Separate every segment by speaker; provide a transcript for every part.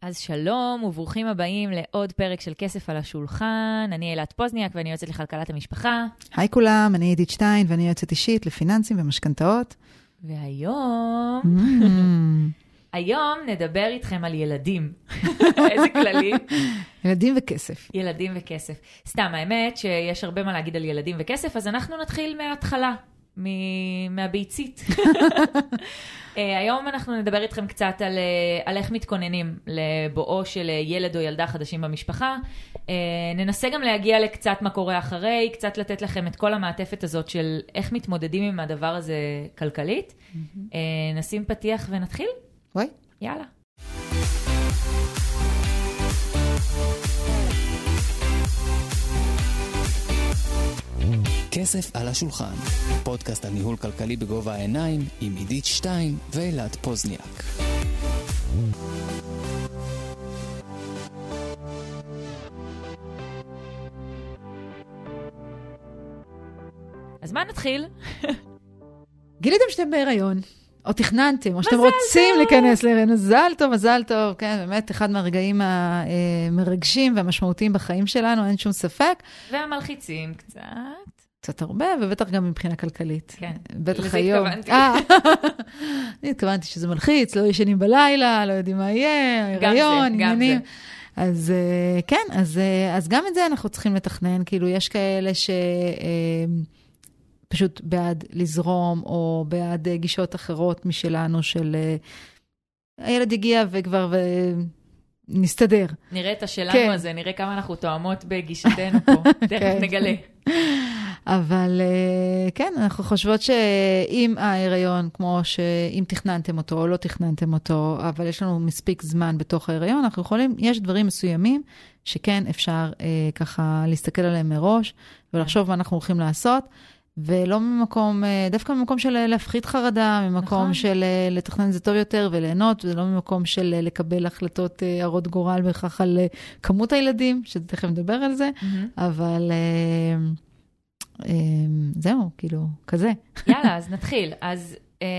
Speaker 1: אז שלום וברוכים הבאים לעוד פרק של כסף על השולחן. אני אלת פוזניאק ואני יועצת לכלכלת המשפחה.
Speaker 2: היי כולם, אני עידית שטיין ואני יועצת אישית לפיננסים ומשכנתאות.
Speaker 1: והיום... היום נדבר איתכם על ילדים. איזה כללי.
Speaker 2: ילדים וכסף.
Speaker 1: ילדים וכסף. סתם, האמת שיש הרבה מה להגיד על ילדים וכסף, אז אנחנו נתחיל מההתחלה, מהביצית. היום אנחנו נדבר איתכם קצת על איך מתכוננים לבואו של ילד או ילדה חדשים במשפחה. ננסה גם להגיע לקצת מה קורה אחרי, קצת לתת לכם את כל המעטפת הזאת של איך מתמודדים עם הדבר הזה כלכלית. נשים פתיח ונתחיל?
Speaker 2: וואי.
Speaker 1: יאללה.
Speaker 3: כסף על השולחן, פודקאסט על ניהול כלכלי בגובה העיניים עם עידית שטיין ואלת פוזניאק.
Speaker 1: אז מה נתחיל?
Speaker 2: גיליתם שאתם בהיריון, או תכננתם, או שאתם רוצים להיכנס להיריון. מזל טוב, מזל טוב. כן, באמת אחד מהרגעים המרגשים והמשמעותיים בחיים שלנו, אין שום ספק.
Speaker 1: והמלחיצים קצת.
Speaker 2: קצת הרבה, ובטח גם מבחינה כלכלית.
Speaker 1: כן,
Speaker 2: בטח
Speaker 1: לזה
Speaker 2: היום.
Speaker 1: התכוונתי.
Speaker 2: אני התכוונתי שזה מלחיץ, לא ישנים בלילה, לא יודעים מה יהיה, ההיריון, עניינים. אז כן, אז גם את זה אנחנו צריכים לתכנן, כאילו יש כאלה פשוט בעד לזרום, או בעד גישות אחרות משלנו, של הילד הגיע וכבר נסתדר.
Speaker 1: נראה את השלנו הזה, נראה כמה אנחנו תואמות בגישתנו פה, תכף נגלה.
Speaker 2: אבל כן, אנחנו חושבות שאם ההיריון, כמו שאם תכננתם אותו או לא תכננתם אותו, אבל יש לנו מספיק זמן בתוך ההיריון, אנחנו יכולים, יש דברים מסוימים שכן אפשר ככה להסתכל עליהם מראש, ולחשוב מה אנחנו הולכים לעשות, ולא ממקום, דווקא ממקום של להפחית חרדה, ממקום של לתכנן את זה טוב יותר וליהנות, וזה לא ממקום של לקבל החלטות הרות גורל בכך על כמות הילדים, שתכף נדבר על זה, אבל זהו, כאילו, כזה.
Speaker 1: יאללה, אז נתחיל. אז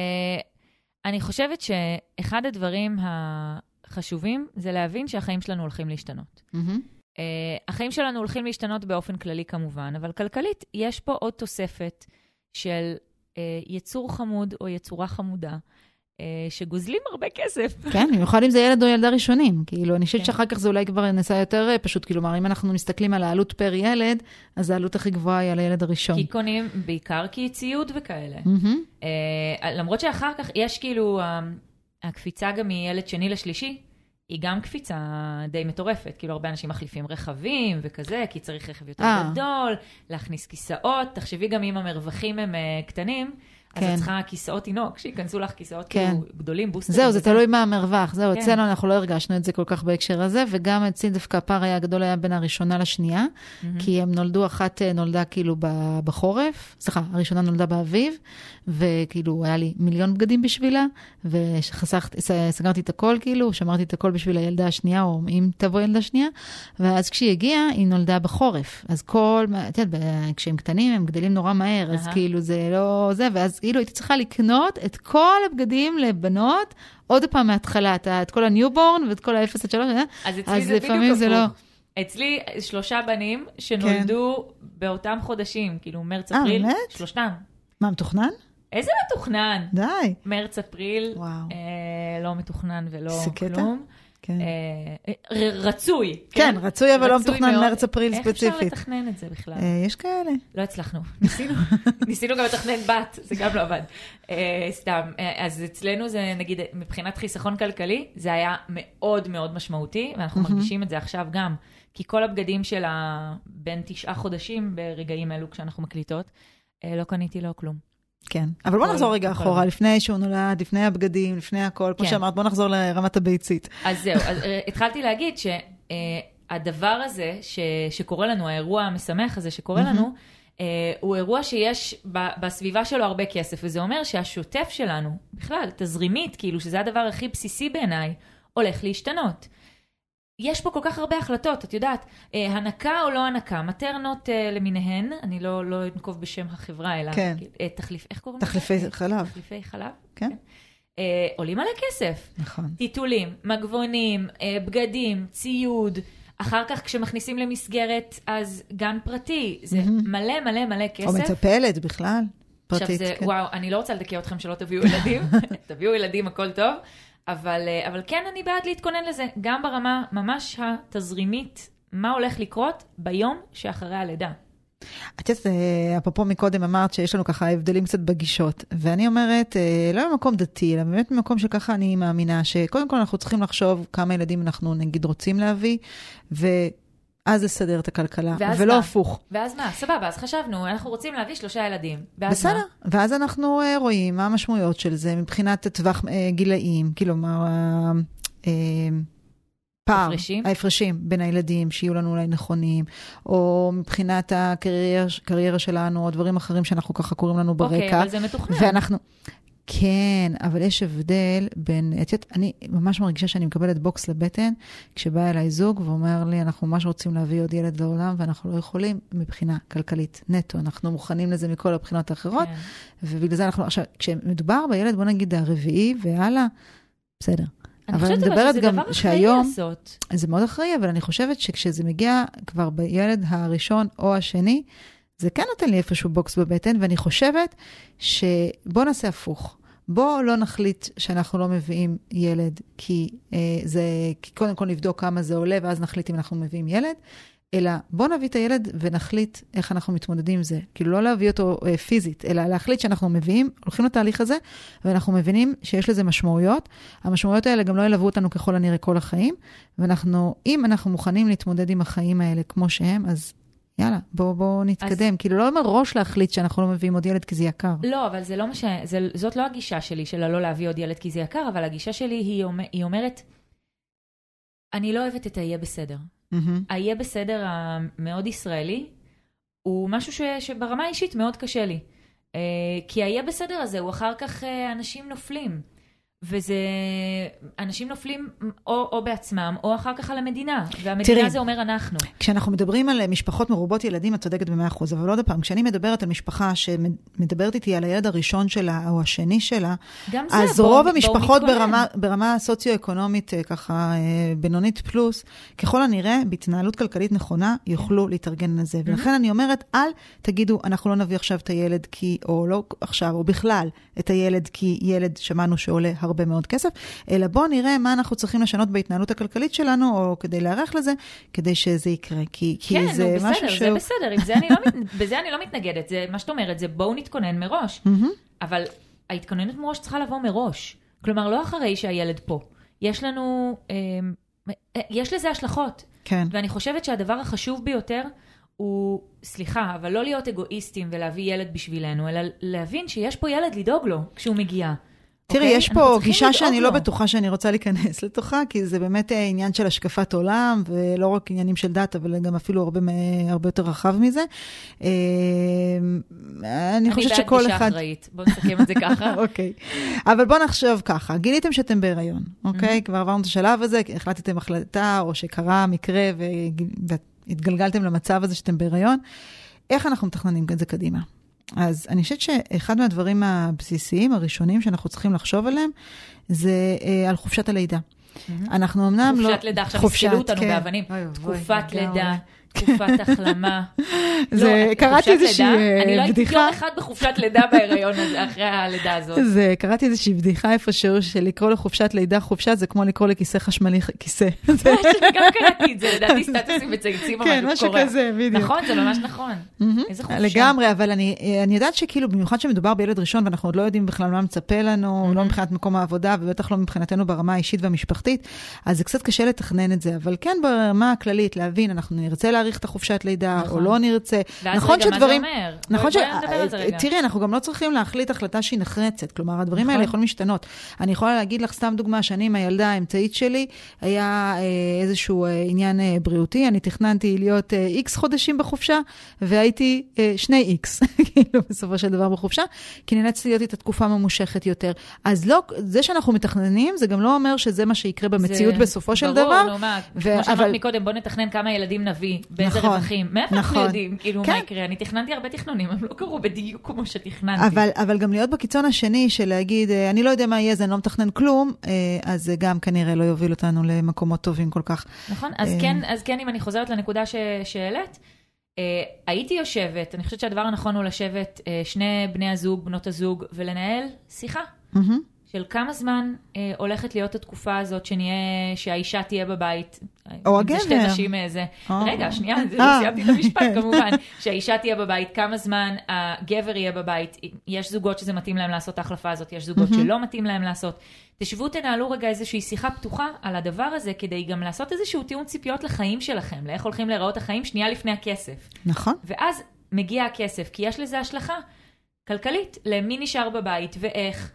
Speaker 1: אני חושבת שאחד הדברים החשובים זה להבין שהחיים שלנו הולכים להשתנות. החיים שלנו הולכים להשתנות באופן כללי כמובן, אבל כלכלית יש פה עוד תוספת של יצור חמוד או יצורה חמודה, שגוזלים הרבה כסף.
Speaker 2: כן, במיוחד אם זה ילד או ילדה ראשונים. כאילו, אני חושבת שאחר כך זה אולי כבר נעשה יותר פשוט, כאילו, אם אנחנו מסתכלים על העלות פר ילד, אז העלות הכי גבוהה היא על הילד הראשון.
Speaker 1: כי קונים בעיקר כי ציוד וכאלה. למרות שאחר כך יש כאילו, הקפיצה גם מילד שני לשלישי, היא גם קפיצה די מטורפת, כאילו הרבה אנשים מחליפים רכבים וכזה, כי צריך רכב יותר גדול, להכניס כיסאות, תחשבי גם אם המרווחים הם קטנים, אז את צריכה כיסאות תינוק, שיכנסו לך כיסאות כאילו גדולים, בוסטרים.
Speaker 2: זהו, זה תלוי מה המרווח, זהו, אצלנו אנחנו לא הרגשנו את זה כל כך בהקשר הזה, וגם אצלי דווקא הפער היה גדול היה בין הראשונה לשנייה, כי הם נולדו, אחת נולדה כאילו בחורף, סליחה, הראשונה נולדה באביב, וכאילו היה לי מיליון בגדים בשבילה, וסגרתי את הכל כאילו, שמרתי את הכל בשביל הילדה השנייה, או אם תבוא ילדה שנייה, ואז כשהיא הגיעה, היא נולדה בחורף. אז כשהם קטנים, הם גדלים נורא מהר, אז כאילו זה לא זה, ואז כאילו הייתי צריכה לקנות את כל הבגדים לבנות, עוד פעם מההתחלה, את כל הניובורן ואת כל ה-0-3,
Speaker 1: אז אצלי זה בדיוק הפוך. אצלי 3 בנים שנולדו באותם חודשים, כאילו מרץ, אפריל, 3.
Speaker 2: מה, מתוכנן?
Speaker 1: איזה מתוכנן?
Speaker 2: די.
Speaker 1: מרץ, אפריל, לא מתוכנן ולא כלום.
Speaker 2: כן.
Speaker 1: רצוי.
Speaker 2: כן, רצוי, אבל לא מתוכנן מרץ, אפריל ספציפית.
Speaker 1: איך אפשר לתכנן את זה בכלל?
Speaker 2: יש כאלה.
Speaker 1: לא הצלחנו. ניסינו גם לתכנן בת, זה גם לא עבד. סתם. אז אצלנו זה, נגיד, מבחינת חיסכון כלכלי, זה היה מאוד מאוד משמעותי, ואנחנו מרגישים את זה עכשיו גם, כי כל הבגדים שלה בין 9 חודשים ברגעים אלו כשאנחנו מקליטות, לא קניתי לו כלום.
Speaker 2: כן, אבל בוא נחזור רגע אחורה, לפני שהוא נולד, לפני הבגדים, לפני הכל, כמו שאמרת, בוא נחזור לרמת הביצית.
Speaker 1: אז זהו, אז התחלתי להגיד שהדבר הזה שקורה לנו, האירוע המשמח הזה שקורה לנו, הוא אירוע שיש בסביבה שלו הרבה כסף, וזה אומר שהשוטף שלנו, בכלל, תזרימית, כאילו שזה הדבר הכי בסיסי בעיניי, הולך להשתנות. יש פה כל כך הרבה החלטות, את יודעת, הנקה או לא הנקה, מטרנות למיניהן, אני לא אנקוב בשם החברה, אלא תחליף, איך קוראים לזה?
Speaker 2: תחליפי חלב.
Speaker 1: תחליפי חלב,
Speaker 2: כן.
Speaker 1: עולים עלי כסף.
Speaker 2: נכון.
Speaker 1: טיטולים, מגבונים, בגדים, ציוד, אחר כך כשמכניסים למסגרת, אז גן פרטי, זה מלא מלא מלא כסף.
Speaker 2: או מטפלת בכלל, פרטית.
Speaker 1: עכשיו זה,
Speaker 2: כן.
Speaker 1: וואו, אני לא רוצה לדכא אתכם שלא תביאו ילדים, תביאו ילדים, הכל טוב, אבל כן אני בעד להתכונן לזה, גם ברמה ממש התזרימית, מה הולך לקרות ביום שאחרי הלידה.
Speaker 2: את יודעת, אפרופו מקודם אמרת שיש לנו ככה הבדלים קצת בגישות, ואני אומרת, לא במקום דתי, אלא באמת במקום שככה אני מאמינה, שקודם כל אנחנו צריכים לחשוב כמה ילדים אנחנו נגיד רוצים להביא, ואז לסדר את הכלכלה, ולא
Speaker 1: מה?
Speaker 2: הפוך.
Speaker 1: ואז מה? סבבה, אז חשבנו, אנחנו רוצים להביא 3 ילדים.
Speaker 2: בסדר, מה? ואז אנחנו רואים מה המשמעויות של זה, מבחינת טווח גילאים, כלומר, פער, ההפרשים בין הילדים שיהיו לנו אולי נכונים, או מבחינת הקריירה שלנו, או דברים אחרים שאנחנו ככה קוראים לנו ברקע.
Speaker 1: אוקיי, אבל זה מתוכנן.
Speaker 2: ואנחנו, כן, אבל יש הבדל בין, אני ממש מרגישה שאני מקבלת בוקס לבטן, כשבא אליי זוג ואומר לי, אנחנו ממש רוצים להביא עוד ילד לעולם, ואנחנו לא יכולים מבחינה כלכלית נטו, אנחנו מוכנים לזה מכל הבחינות האחרות, ובגלל זה אנחנו, עכשיו, כשמדובר בילד, בוא נגיד הרביעי, והלאה, בסדר. אבל אני מדברת גם שהיום, זה מאוד אחראי, אבל אני חושבת שכשזה מגיע כבר בילד הראשון או השני, זה כן נותן לי איפשהו בוקס בבטן, ואני חושבת שבוא נעשה הפוך. בוא לא נחליט שאנחנו לא מביאים ילד, כי קודם כל נבדוק כמה זה עולה, ואז נחליט אם אנחנו מביאים ילד, אלא בוא נביא את הילד ונחליט איך אנחנו מתמודדים עם זה. כאילו לא להביא אותו פיזית, אלא להחליט שאנחנו מביאים, הולכים לתהליך הזה, ואנחנו מבינים שיש לזה משמעויות. המשמעויות האלה גם לא ילוו אותנו ככל הנראה כל החיים, אם אנחנו מוכנים להתמודד עם החיים האלה כמו שהם, אז יאללה, בוא נתקדם. אז כאילו לא מראש להחליט שאנחנו לא מביאים עוד ילד כי זה יקר.
Speaker 1: לא, אבל זה לא זאת לא הגישה שלי, של לא להביא עוד ילד כי זה יקר, אבל הגישה שלי היא אומרת, אני לא אוהבת את היהיה בסדר. היהיה בסדר המאוד ישראלי, הוא משהו שברמה האישית מאוד קשה לי. כי היהיה בסדר הזה, הוא אחר כך אנשים נופלים. וזה, אנשים נופלים או בעצמם, או אחר כך על המדינה. והמדינה זה אומר אנחנו.
Speaker 2: כשאנחנו מדברים על משפחות מרובות ילדים, את צודקת ב100%, אבל עוד פעם, כשאני מדברת על משפחה שמדברת איתי על הילד הראשון שלה, או השני שלה, אז רוב המשפחות ברמה סוציו-אקונומית, ככה בינונית פלוס, ככל הנראה, בהתנהלות כלכלית נכונה, יוכלו להתארגן לזה. ולכן אני אומרת, אל תגידו, אנחנו לא נביא עכשיו את הילד, או לא עכשיו, או בכלל, את הילד, כי ילד שמענו שעולה הרבה מאוד כסף, אלא בוא נראה מה אנחנו צריכים לשנות בהתנהלות הכלכלית שלנו, או כדי להערך לזה, כדי שזה יקרה. כי
Speaker 1: כן,
Speaker 2: זה
Speaker 1: בסדר,
Speaker 2: משהו
Speaker 1: זה בסדר, בזה אני לא מתנגדת, זה מה שאת אומרת, זה בואו נתכונן מראש. אבל ההתכוננות מראש צריכה לבוא מראש. כלומר, לא אחרי שהילד פה. יש לנו, יש לזה השלכות.
Speaker 2: כן.
Speaker 1: ואני חושבת שהדבר החשוב ביותר הוא, סליחה, אבל לא להיות אגואיסטים ולהביא ילד בשבילנו, אלא להבין שיש פה ילד לדאוג לו כשהוא מגיע.
Speaker 2: תראי, יש פה גישה שאני לא בטוחה שאני רוצה להיכנס לתוכה, כי זה באמת עניין של השקפת עולם, ולא רק עניינים של דת, אבל גם אפילו הרבה יותר רחב מזה. אני חושבת שכל אחד...
Speaker 1: אני בעד גישה אחראית, בואו נסכם את זה ככה.
Speaker 2: אוקיי. אבל בואו נחשוב ככה, גיליתם שאתם בהיריון, אוקיי? כבר עברנו את השלב הזה, החלטתם החלטה, או שקרה מקרה, והתגלגלתם למצב הזה שאתם בהיריון. איך אנחנו מתכננים את זה קדימה? אז אני חושבת שאחד מהדברים הבסיסיים, הראשונים שאנחנו צריכים לחשוב עליהם, זה על חופשת הלידה. אנחנו אמנם לא...
Speaker 1: חופשת לידה, עכשיו הסכלו אותנו באבנים. תקופת לידה, תקופת החלמה.
Speaker 2: קראתי איזושהי בדיחה.
Speaker 1: אני לא הייתי יום אחד בחופשת לידה בהיריון אחרי הלידה הזאת.
Speaker 2: קראתי איזושהי בדיחה איפשהו, שלקרוא לחופשת לידה חופשה, זה כמו לקרוא לכיסא חשמלי כיסא.
Speaker 1: גם קראתי את זה, לדעתי סטטוסים וצייצים
Speaker 2: כן, משהו כזה, בדיוק.
Speaker 1: נכון, זה ממש נכון. איזה חופשה.
Speaker 2: לגמרי, אבל אני יודעת שכאילו, במיוחד שמדובר בילד ראשון, ואנחנו עוד לא יודעים בכלל מה מצפה לנו, לא מבחינת מקום העבודה, ובטח לא מבחינתנו ברמה האישית והמשפחתית, אז זה קצת קשה לתכנן את זה, אבל כן ברמה הכללית, להבין, אנחנו נרצה להאריך את החופשת לידה, או לא נרצה. נכון שדברים, נכון תראי, אנחנו גם לא צריכים להחליט החלטה שהיא נחרצת, כלומר, הדברים האלה יכולים להשתנות. אני יכולה להגיד לך סתם דוגמה, שאני עם הילדה האמצעית שלי, היה איזשהו עניין בריאותי, אני תכננתי להיות X חודשים בחופשה, והייתי 2X, כאילו בסופו של דבר בחופשה, כי נאלצתי להיות את התקופה ממושכת יותר. אז לא, זה שאנחנו מתכננים, זה גם לא אומר שזה מה שיקרה במציאות בסופו של דבר.
Speaker 1: ברור, כמו שאמרת מקודם, בוא נתכנן כמה ילדים נביא, באיזה רווחים. מאיפה אנחנו יודעים, כאילו, מה יקרה? אני תכננתי הרבה תכנונים, הם לא קרו בדיוק כמו שתכננתי.
Speaker 4: אבל גם להיות בקיצון השני של להגיד, אני לא יודע מה יהיה, אני לא מתכנן כלום, אז זה גם כנראה לא יוביל אותנו למקומות טובים כל כך.
Speaker 1: נכון, אז כן, אם אני חוזרת לנקודה שהעלית, הייתי יושבת, אני חושבת שהדבר הנכון הוא לשבת שני בני הזוג, בנות הזוג, ולנהל שיחה. של כמה זמן הולכת להיות התקופה הזאת שהאישה תהיה בבית.
Speaker 4: או הגבר.
Speaker 1: זה שתי נשים איזה. רגע, שנייה, זה לא סיימתי את המשפט כמובן. שהאישה תהיה בבית, כמה זמן הגבר יהיה בבית. יש זוגות שזה מתאים להם לעשות ההחלפה הזאת, יש זוגות שלא מתאים להם לעשות. תשבו, תנהלו רגע איזושהי שיחה פתוחה על הדבר הזה, כדי גם לעשות איזשהו טיעון ציפיות לחיים שלכם, לאיך הולכים להיראות החיים שנייה לפני הכסף.
Speaker 4: נכון.
Speaker 1: ואז מגיע הכסף, כי יש לזה השלכה כלכלית, למי נשאר בבית ואיך.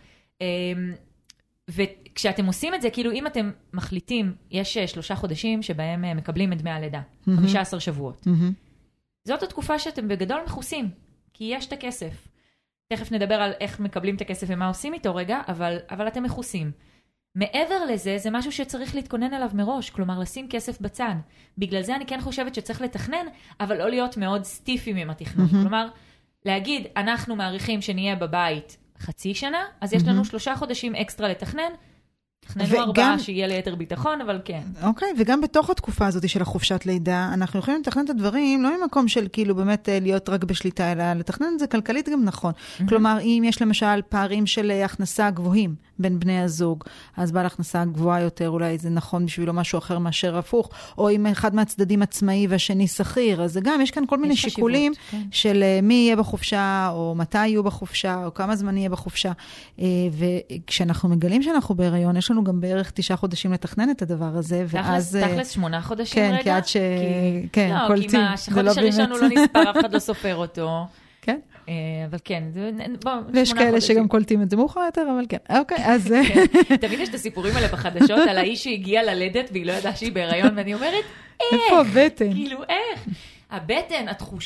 Speaker 1: וכשאתם עושים את זה, כאילו אם אתם מחליטים, יש 3 חודשים שבהם מקבלים את דמי הלידה, 15 שבועות. זאת התקופה שאתם בגדול מכוסים, כי יש את הכסף. תכף נדבר על איך מקבלים את הכסף ומה עושים איתו רגע, אבל אתם מכוסים. מעבר לזה, זה משהו שצריך להתכונן עליו מראש, כלומר לשים כסף בצד. בגלל זה אני כן חושבת שצריך לתכנן, אבל לא להיות מאוד סטיפים עם התכנון. כלומר, להגיד, אנחנו מעריכים שנהיה בבית חצי שנה, אז יש לנו 3 חודשים אקסטרה לתכנן, תכננו 4 שיהיה ליתר ביטחון, אבל כן.
Speaker 4: אוקיי, וגם בתוך התקופה הזאת של החופשת לידה, אנחנו יכולים לתכנן את הדברים, לא ממקום של כאילו באמת להיות רק בשליטה, אלא לתכנן את זה כלכלית גם נכון. כלומר, אם יש למשל פערים של הכנסה גבוהים בין בני הזוג, אז בעל הכנסה גבוהה יותר, אולי זה נכון בשבילו משהו אחר מאשר הפוך, או אם אחד מהצדדים עצמאי והשני שכיר, אז גם יש כאן כל מיני שיקולים של מי יהיה בחופשה, או מתי יהיו בחופשה, או כמה זמן יהיה בחופשה. וכשאנחנו מגלים שאנחנו בהיריון, יש לנו גם בערך 9 חודשים לתכנן את הדבר הזה, ואז...
Speaker 1: תכלס 8 חודשים רגע?
Speaker 4: כן, כי עד ש... כן,
Speaker 1: קולטים. כי החודש הראשון הוא לא נספר, אף אחד לא סופר אותו.
Speaker 4: כן.
Speaker 1: אבל כן,
Speaker 4: ויש כאלה שגם קולטים את זה מאוחר יותר, אבל כן. אוקיי, אז...
Speaker 1: תמיד יש את הסיפורים האלה בחדשות, על האיש שהגיע ללדת, והיא לא ידעה שהיא בהיריון, ואני אומרת, איך?
Speaker 4: איפה הבטן?
Speaker 1: כאילו, איך? הבטן,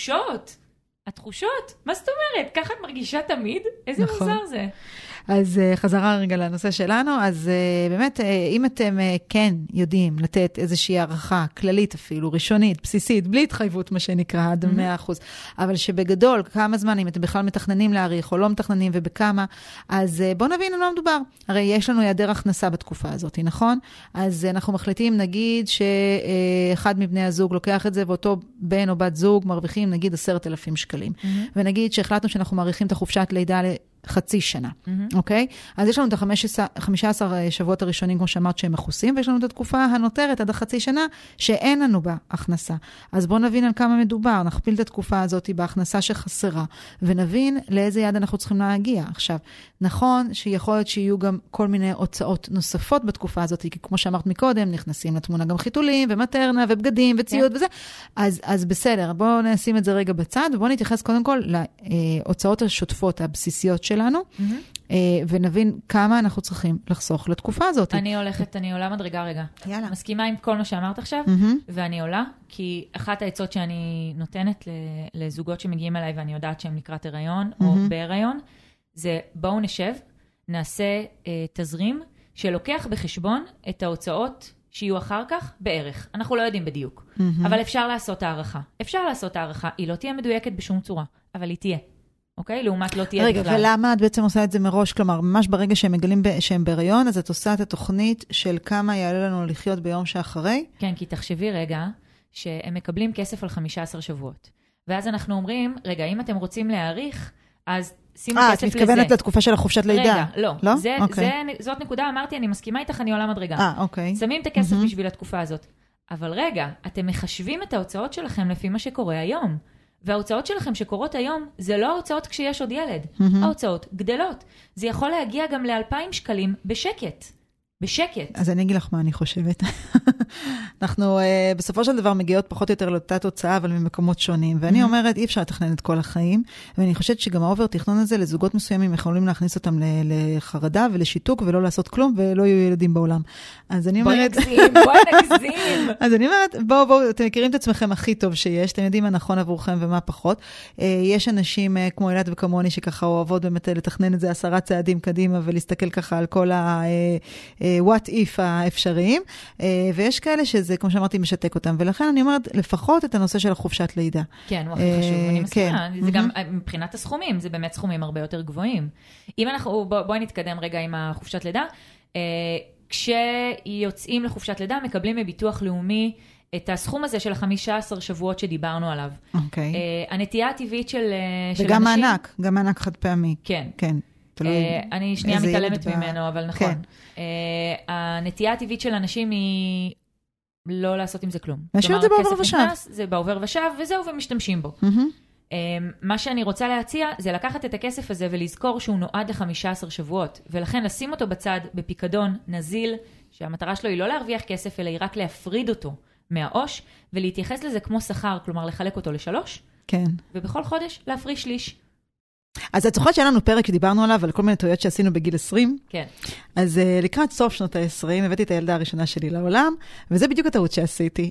Speaker 1: התחושות, מה זאת אומרת? ככה את מרגישה תמיד? איזה מוזר זה.
Speaker 4: אז חזרה רגע לנושא שלנו, אז באמת, אם אתם כן יודעים לתת איזושהי הערכה כללית אפילו, ראשונית, בסיסית, בלי התחייבות מה שנקרא, עד 100%, אבל שבגדול, כמה זמן, אם אתם בכלל מתכננים להעריך או לא מתכננים ובכמה, אז בואו נבין על מה מדובר. הרי יש לנו היעדר הכנסה בתקופה הזאת, נכון? אז אנחנו מחליטים, נגיד, שאחד מבני הזוג לוקח את זה, ואותו בן או בת זוג מרוויחים, נגיד, 10,000 שקלים. ונגיד שהחלטנו שאנחנו מעריכים את החופשת לידה חצי שנה, אוקיי? אז יש לנו את 15 שבועות הראשונים, כמו שאמרת, שהם מכוסים, ויש לנו את התקופה הנותרת עד החצי שנה, שאין לנו בה הכנסה. אז בואו נבין על כמה מדובר, נכפיל את התקופה הזאת בהכנסה שחסרה, ונבין לאיזה יד אנחנו צריכים להגיע. עכשיו, נכון שיכול להיות שיהיו גם כל מיני הוצאות נוספות בתקופה הזאת, כי כמו שאמרת מקודם, נכנסים לתמונה גם חיתולים, ומטרנה, ובגדים, וציוד וזה. אז בסדר, בואו נשים את זה רגע בצד, ובואו נתייחס קודם כל להוצאות השוטפות הבסיסיות שלנו, ונבין כמה אנחנו צריכים לחסוך לתקופה הזאת.
Speaker 1: אני עולה מדרגה רגע. יאללה. מסכימה עם כל מה שאמרת עכשיו, ואני עולה, כי אחת העצות שאני נותנת לזוגות שמגיעים אליי, ואני יודעת שהם לקראת הריון, או בהיריון, זה בואו נשב, נעשה תזרים, שלוקח בחשבון את ההוצאות שיהיו אחר כך בערך. אנחנו לא יודעים בדיוק, אבל אפשר לעשות הערכה. היא לא תהיה מדויקת בשום צורה, אבל היא תהיה. אוקיי? לעומת לא תהיה בכלל.
Speaker 4: רגע, ולמה את בעצם עושה את זה מראש? כלומר, ממש ברגע שהם מגלים שהם בהיריון, אז את עושה את התוכנית של כמה יעלה לנו לחיות ביום שאחרי?
Speaker 1: כן, כי תחשבי רגע, שהם מקבלים כסף על 15 שבועות. ואז אנחנו אומרים, רגע, אם אתם רוצים להאריך, אז שימו כסף לזה.
Speaker 4: את מתכוונת לתקופה של החופשת לידה?
Speaker 1: רגע, לא. זאת נקודה, אמרתי, אני מסכימה איתך, אני עולה מדרגה.
Speaker 4: אוקיי.
Speaker 1: שמים את הכסף בשביל התקופה הזאת. אבל רגע, אתם מחשבים את ההוצאות שלכם לפי מה שקורה היום. וההוצאות שלכם שקורות היום, זה לא ההוצאות כשיש עוד ילד. ההוצאות גדלות. זה יכול להגיע גם ל2,000 שקלים בשקט.
Speaker 4: אז אני אגיד לך מה אני חושבת. אנחנו בסופו של דבר מגיעות פחות או יותר לאותה תוצאה, אבל ממקומות שונים. ואני אומרת, אי אפשר לתכנן את כל החיים, ואני חושבת שגם האובר תכנון הזה, לזוגות מסוימים יכולים להכניס אותם לחרדה ולשיתוק, ולא לעשות כלום, ולא יהיו ילדים בעולם. אז אני אומרת...
Speaker 1: בואי נגזים.
Speaker 4: אז אני אומרת, בואו, אתם מכירים את עצמכם הכי טוב שיש, אתם יודעים מה נכון עבורכם ומה פחות. יש אנשים כמו אלעד וכמוני, שככה אוהבות באמת לתכנן את זה 10 צעדים קדימה, ולהסתכל ככה על כל what if האפשריים, ויש כאלה זה, כמו שאמרתי, משתק אותם. ולכן אני אומרת, לפחות את הנושא של החופשת לידה.
Speaker 1: כן, הוא הכי חשוב, אני מסכימה. זה גם, מבחינת הסכומים, זה באמת סכומים הרבה יותר גבוהים. אם אנחנו, בואי נתקדם רגע עם החופשת לידה. כשיוצאים לחופשת לידה, מקבלים מביטוח לאומי את הסכום הזה של 15 שבועות שדיברנו עליו.
Speaker 4: אוקיי.
Speaker 1: הנטייה הטבעית של
Speaker 4: וגם
Speaker 1: אנשים...
Speaker 4: מענק, גם מענק חד פעמי.
Speaker 1: כן.
Speaker 4: כן.
Speaker 1: אני שנייה מתעלמת ממנו, אבל נכון. הנטייה הטבעית של אנשים היא לא לעשות עם זה כלום.
Speaker 4: להשאיר את זה בעובר ושב.
Speaker 1: זה בעובר ושב, וזהו, ומשתמשים בו. מה שאני רוצה להציע, זה לקחת את הכסף הזה ולזכור שהוא נועד ל-15 שבועות, ולכן לשים אותו בצד בפיקדון נזיל, שהמטרה שלו היא לא להרוויח כסף, אלא היא רק להפריד אותו מהעו"ש, ולהתייחס לזה כמו שכר, כלומר לחלק אותו ל3,
Speaker 4: כן.
Speaker 1: ובכל חודש להפריש שליש.
Speaker 4: אז את זוכרת שהיה לנו פרק שדיברנו עליו, על כל מיני טעויות שעשינו בגיל 20?
Speaker 1: כן.
Speaker 4: אז לקראת סוף שנות ה-20, הבאתי את הילדה הראשונה שלי לעולם, וזה בדיוק הטעות שעשיתי.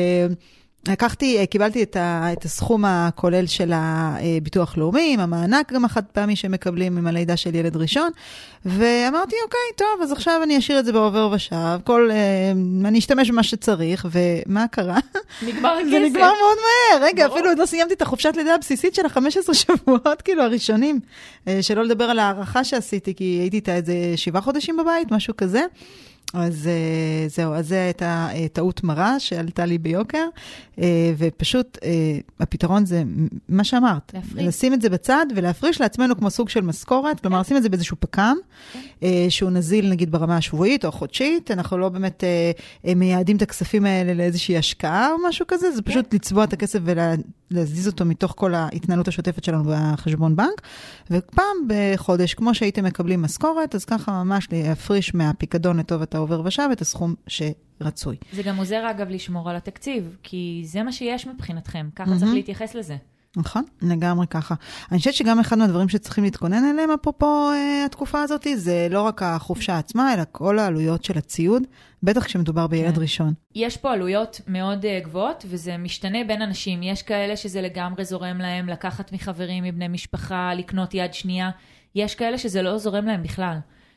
Speaker 4: קיבלתי את הסכום הכולל של הביטוח לאומי, עם המענק גם החד פעמי שמקבלים עם הלידה של ילד ראשון, ואמרתי, אוקיי, טוב, אז עכשיו אני אשאיר את זה בעובר ושב, אני אשתמש במה שצריך, ומה קרה?
Speaker 1: נגמר הכסף.
Speaker 4: זה נגמר מאוד מהר, רגע, אפילו עוד לא סיימתי את החופשת לידה הבסיסית של ה-15 שבועות, כאילו הראשונים, שלא לדבר על הערכה שעשיתי, כי הייתי איתה איזה 7 חודשים בבית, משהו כזה. אז זהו, אז זה הייתה טעות מרה שעלתה לי ביוקר, ופשוט הפתרון זה מה שאמרת, לשים את זה בצד ולהפריש לעצמנו כמו סוג של משכורת, כלומר לשים את זה באיזשהו פקם, שהוא נזיל נגיד ברמה השבועית או החודשית, אנחנו לא באמת מייעדים את הכספים האלה לאיזושהי השקעה או משהו כזה, זה פשוט לצבוע את הכסף ולהזיז אותו מתוך כל ההתנהלות השוטפת שלנו בחשבון בנק, ופעם בחודש, כמו שהייתם מקבלים משכורת, אז ככה ממש להפריש מהפיקדון לטובת העובר ושב את הסכום שרצוי.
Speaker 1: זה גם עוזר אגב לשמור על התקציב, כי זה מה שיש מבחינתכם, ככה צריך להתייחס לזה.
Speaker 4: נכון, לגמרי ככה. אני חושבת שגם אחד מהדברים שצריכים להתכונן אליהם, אפרופו התקופה הזאת, זה לא רק החופשה עצמה, אלא כל העלויות של הציוד, בטח כשמדובר בילד ראשון.
Speaker 1: יש פה עלויות מאוד גבוהות, וזה משתנה בין אנשים. יש כאלה שזה לגמרי זורם להם, לקחת מחברים, מבני משפחה, לקנות יד שנייה. יש כאלה שזה לא זורם להם בכלל.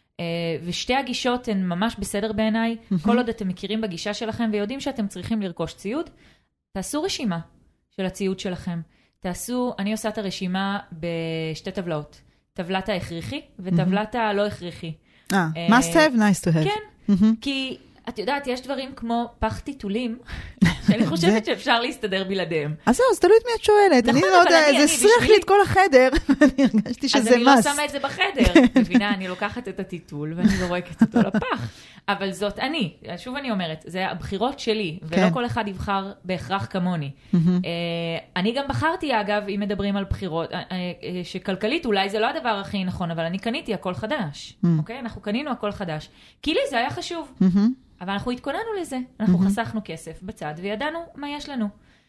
Speaker 1: ושתי הגישות הן ממש בסדר בעיניי. כל עוד אתם מכירים בגישה שלכם, ויודעים שאתם צריכים לרכוש ציוד, תעשו רשימה של הציוד שלכם. אני עושה את הרשימה בשתי טבלאות. טבלת ההכרחי וטבלת הלא הכרחי.
Speaker 4: must have, nice to have.
Speaker 1: כן, כי את יודעת, יש דברים כמו פח טיטולים, שאני חושבת שאפשר להסתדר בלעדיהם.
Speaker 4: אז זהו, אז תלוי את מי את שואלת. אני לא יודע, זה סריח לי את כל החדר, ואני הרגשתי שזה מס.
Speaker 1: אז אני לא שמה את זה בחדר. מבינה, אני לוקחת את הטיטול, ואני זורקת אותו לפח. אבל זאת שוב אני אומרת, זה הבחירות שלי, ולא כל אחד יבחר בהכרח כמוני. אני גם בחרתי, אגב, אם מדברים על בחירות, שכלכלית אולי זה לא הדבר הכי נכון, אבל אני קניתי הכל חדש. אוקיי? אנחנו קנינו הכל חדש. כי לי זה היה חשוב. אבל אנחנו התכוננו לזה. אנחנו חסכנו כסף בצד, וידענו מה יש לנו.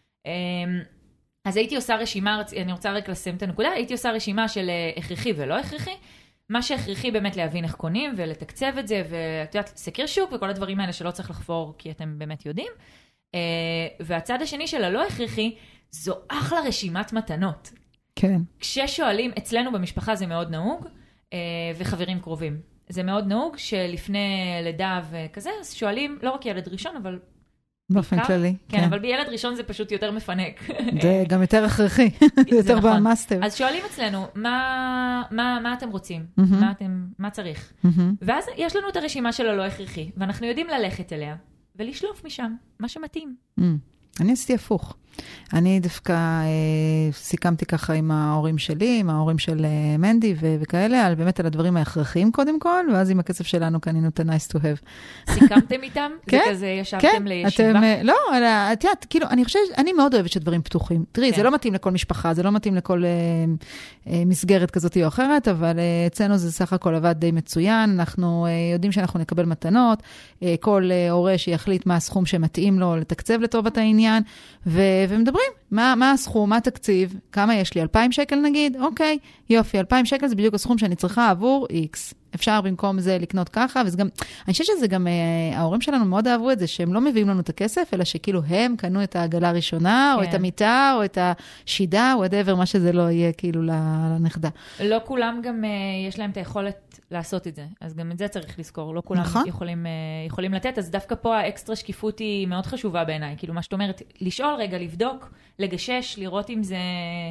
Speaker 1: אז הייתי עושה רשימה, אני רוצה רק לסיים את הנקודה, הייתי עושה רשימה של הכרחי ולא הכרחי, מה שהכרחי באמת להבין איך קונים ולתקצב את זה, ואת יודעת, סקר שוק וכל הדברים האלה שלא צריך לחפור, כי אתם באמת יודעים. והצד השני של הלא הכרחי, זו אחלה רשימת מתנות.
Speaker 4: כן.
Speaker 1: כששואלים, אצלנו במשפחה זה מאוד נהוג, וחברים קרובים. זה מאוד נהוג שלפני לידה וכזה, אז שואלים, לא רק ילד ראשון, אבל...
Speaker 4: באופן כללי.
Speaker 1: כן, אבל בילד ראשון זה פשוט יותר מפנק.
Speaker 4: זה גם יותר הכרחי, יותר במאסטר.
Speaker 1: אז שואלים אצלנו, מה אתם רוצים? מה צריך? ואז יש לנו את הרשימה של הלא הכרחי, ואנחנו יודעים ללכת אליה, ולשלוף משם מה שמתאים.
Speaker 4: אני עשיתי הפוך. אני דווקא סיכמתי ככה עם ההורים שלי, עם ההורים של מנדי וכאלה, באמת על הדברים ההכרחיים קודם כל, ואז עם הכסף שלנו קנינו את ה-nice to have.
Speaker 1: סיכמתם איתם? כן. זה כזה ישבתם לישיבה?
Speaker 4: לא, את יודעת, כאילו, אני חושבת, אני מאוד אוהבת שדברים פתוחים. תראי, זה לא מתאים לכל משפחה, זה לא מתאים לכל מסגרת כזאת או אחרת, אבל אצלנו זה סך הכל עבד די מצוין, אנחנו יודעים שאנחנו נקבל מתנות, כל הורה שיחליט מה הסכום שמתאים לו לתקצב לטובת העניין, ומדברים, מה הסכום, מה התקציב, כמה יש לי, 2,000 שקל נגיד? אוקיי, יופי, 2,000 שקל זה בדיוק הסכום שאני צריכה עבור X.
Speaker 2: אפשר במקום זה לקנות ככה, וזה גם, אני חושבת שזה גם, ההורים שלנו מאוד אהבו את זה, שהם לא מביאים לנו את הכסף, אלא שכאילו הם קנו את העגלה הראשונה, או את המיטה, או את השידה, או whatever, מה שזה לא יהיה כאילו לנכדה.
Speaker 1: לא כולם גם יש להם את היכולת לעשות את זה, אז גם את זה צריך לזכור, לא כולם יכולים לתת, אז דווקא פה האקסטרה שקיפות היא מאוד חשובה בעיניי, כאילו מה שאת אומרת, לשאול רגע, לבדוק, לגשש, לראות אם זה,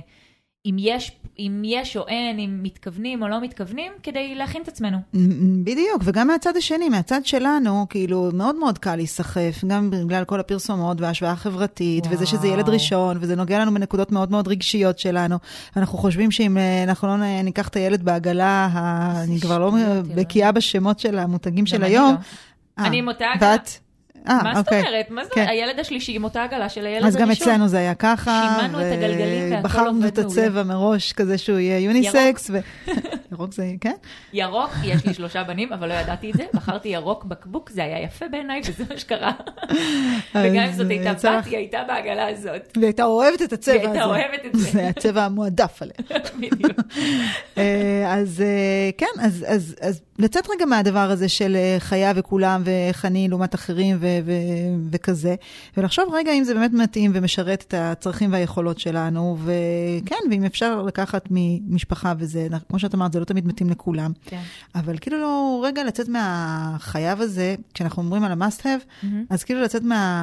Speaker 1: אם יש או אין, אם מתכוונים או לא מתכוונים, כדי להכין את עצמנו.
Speaker 4: בדיוק, וגם מהצד השני, מהצד שלנו, כאילו מאוד מאוד קל להיסחף, גם בגלל כל הפרסומות וההשוואה החברתית, וזה שזה ילד ראשון, וזה נוגע לנו בנקודות מאוד מאוד רגשיות שלנו. אנחנו חושבים שאם אנחנו לא ניקח את הילד בעגלה, אני כבר לא בקיאה בשמות של המותגים של היום.
Speaker 1: אני עם אותה עגלה. מה זאת אומרת? מה זה? הילד השלישי עם אותה עגלה של הילד הראשון.
Speaker 4: אז גם אצלנו זה היה ככה.
Speaker 1: שימנו את הגלגלים והכל
Speaker 4: בחרנו את הצבע מראש כזה שהוא יהיה יוניסקס. ירוק זה, כן?
Speaker 1: ירוק, יש לי 3 בנים, אבל לא ידעתי את זה. בחרתי ירוק בקבוק, זה היה יפה בעיניי, וזה מה שקרה. וגם אם זאת הייתה בת, היא הייתה בעגלה הזאת.
Speaker 4: והיא הייתה אוהבת את הצבע הזה.
Speaker 1: והיא הייתה אוהבת את זה.
Speaker 4: זה הצבע המועדף עליה.
Speaker 1: בדיוק.
Speaker 4: אז כן, אז לצאת רגע מהדבר הזה של חיה וכולם וחני לעומת אחרים וכזה, ולחשוב רגע אם זה באמת מתאים ומשרת את הצרכים והיכולות שלנו, וכן, ואם אפשר לקחת ממשפחה וזה, כמו שאת אמרת, זה לא תמיד מתאים לכולם,
Speaker 1: כן.
Speaker 4: אבל כאילו לא רגע לצאת מהחייב הזה, כשאנחנו אומרים על ה-must have, אז כאילו לצאת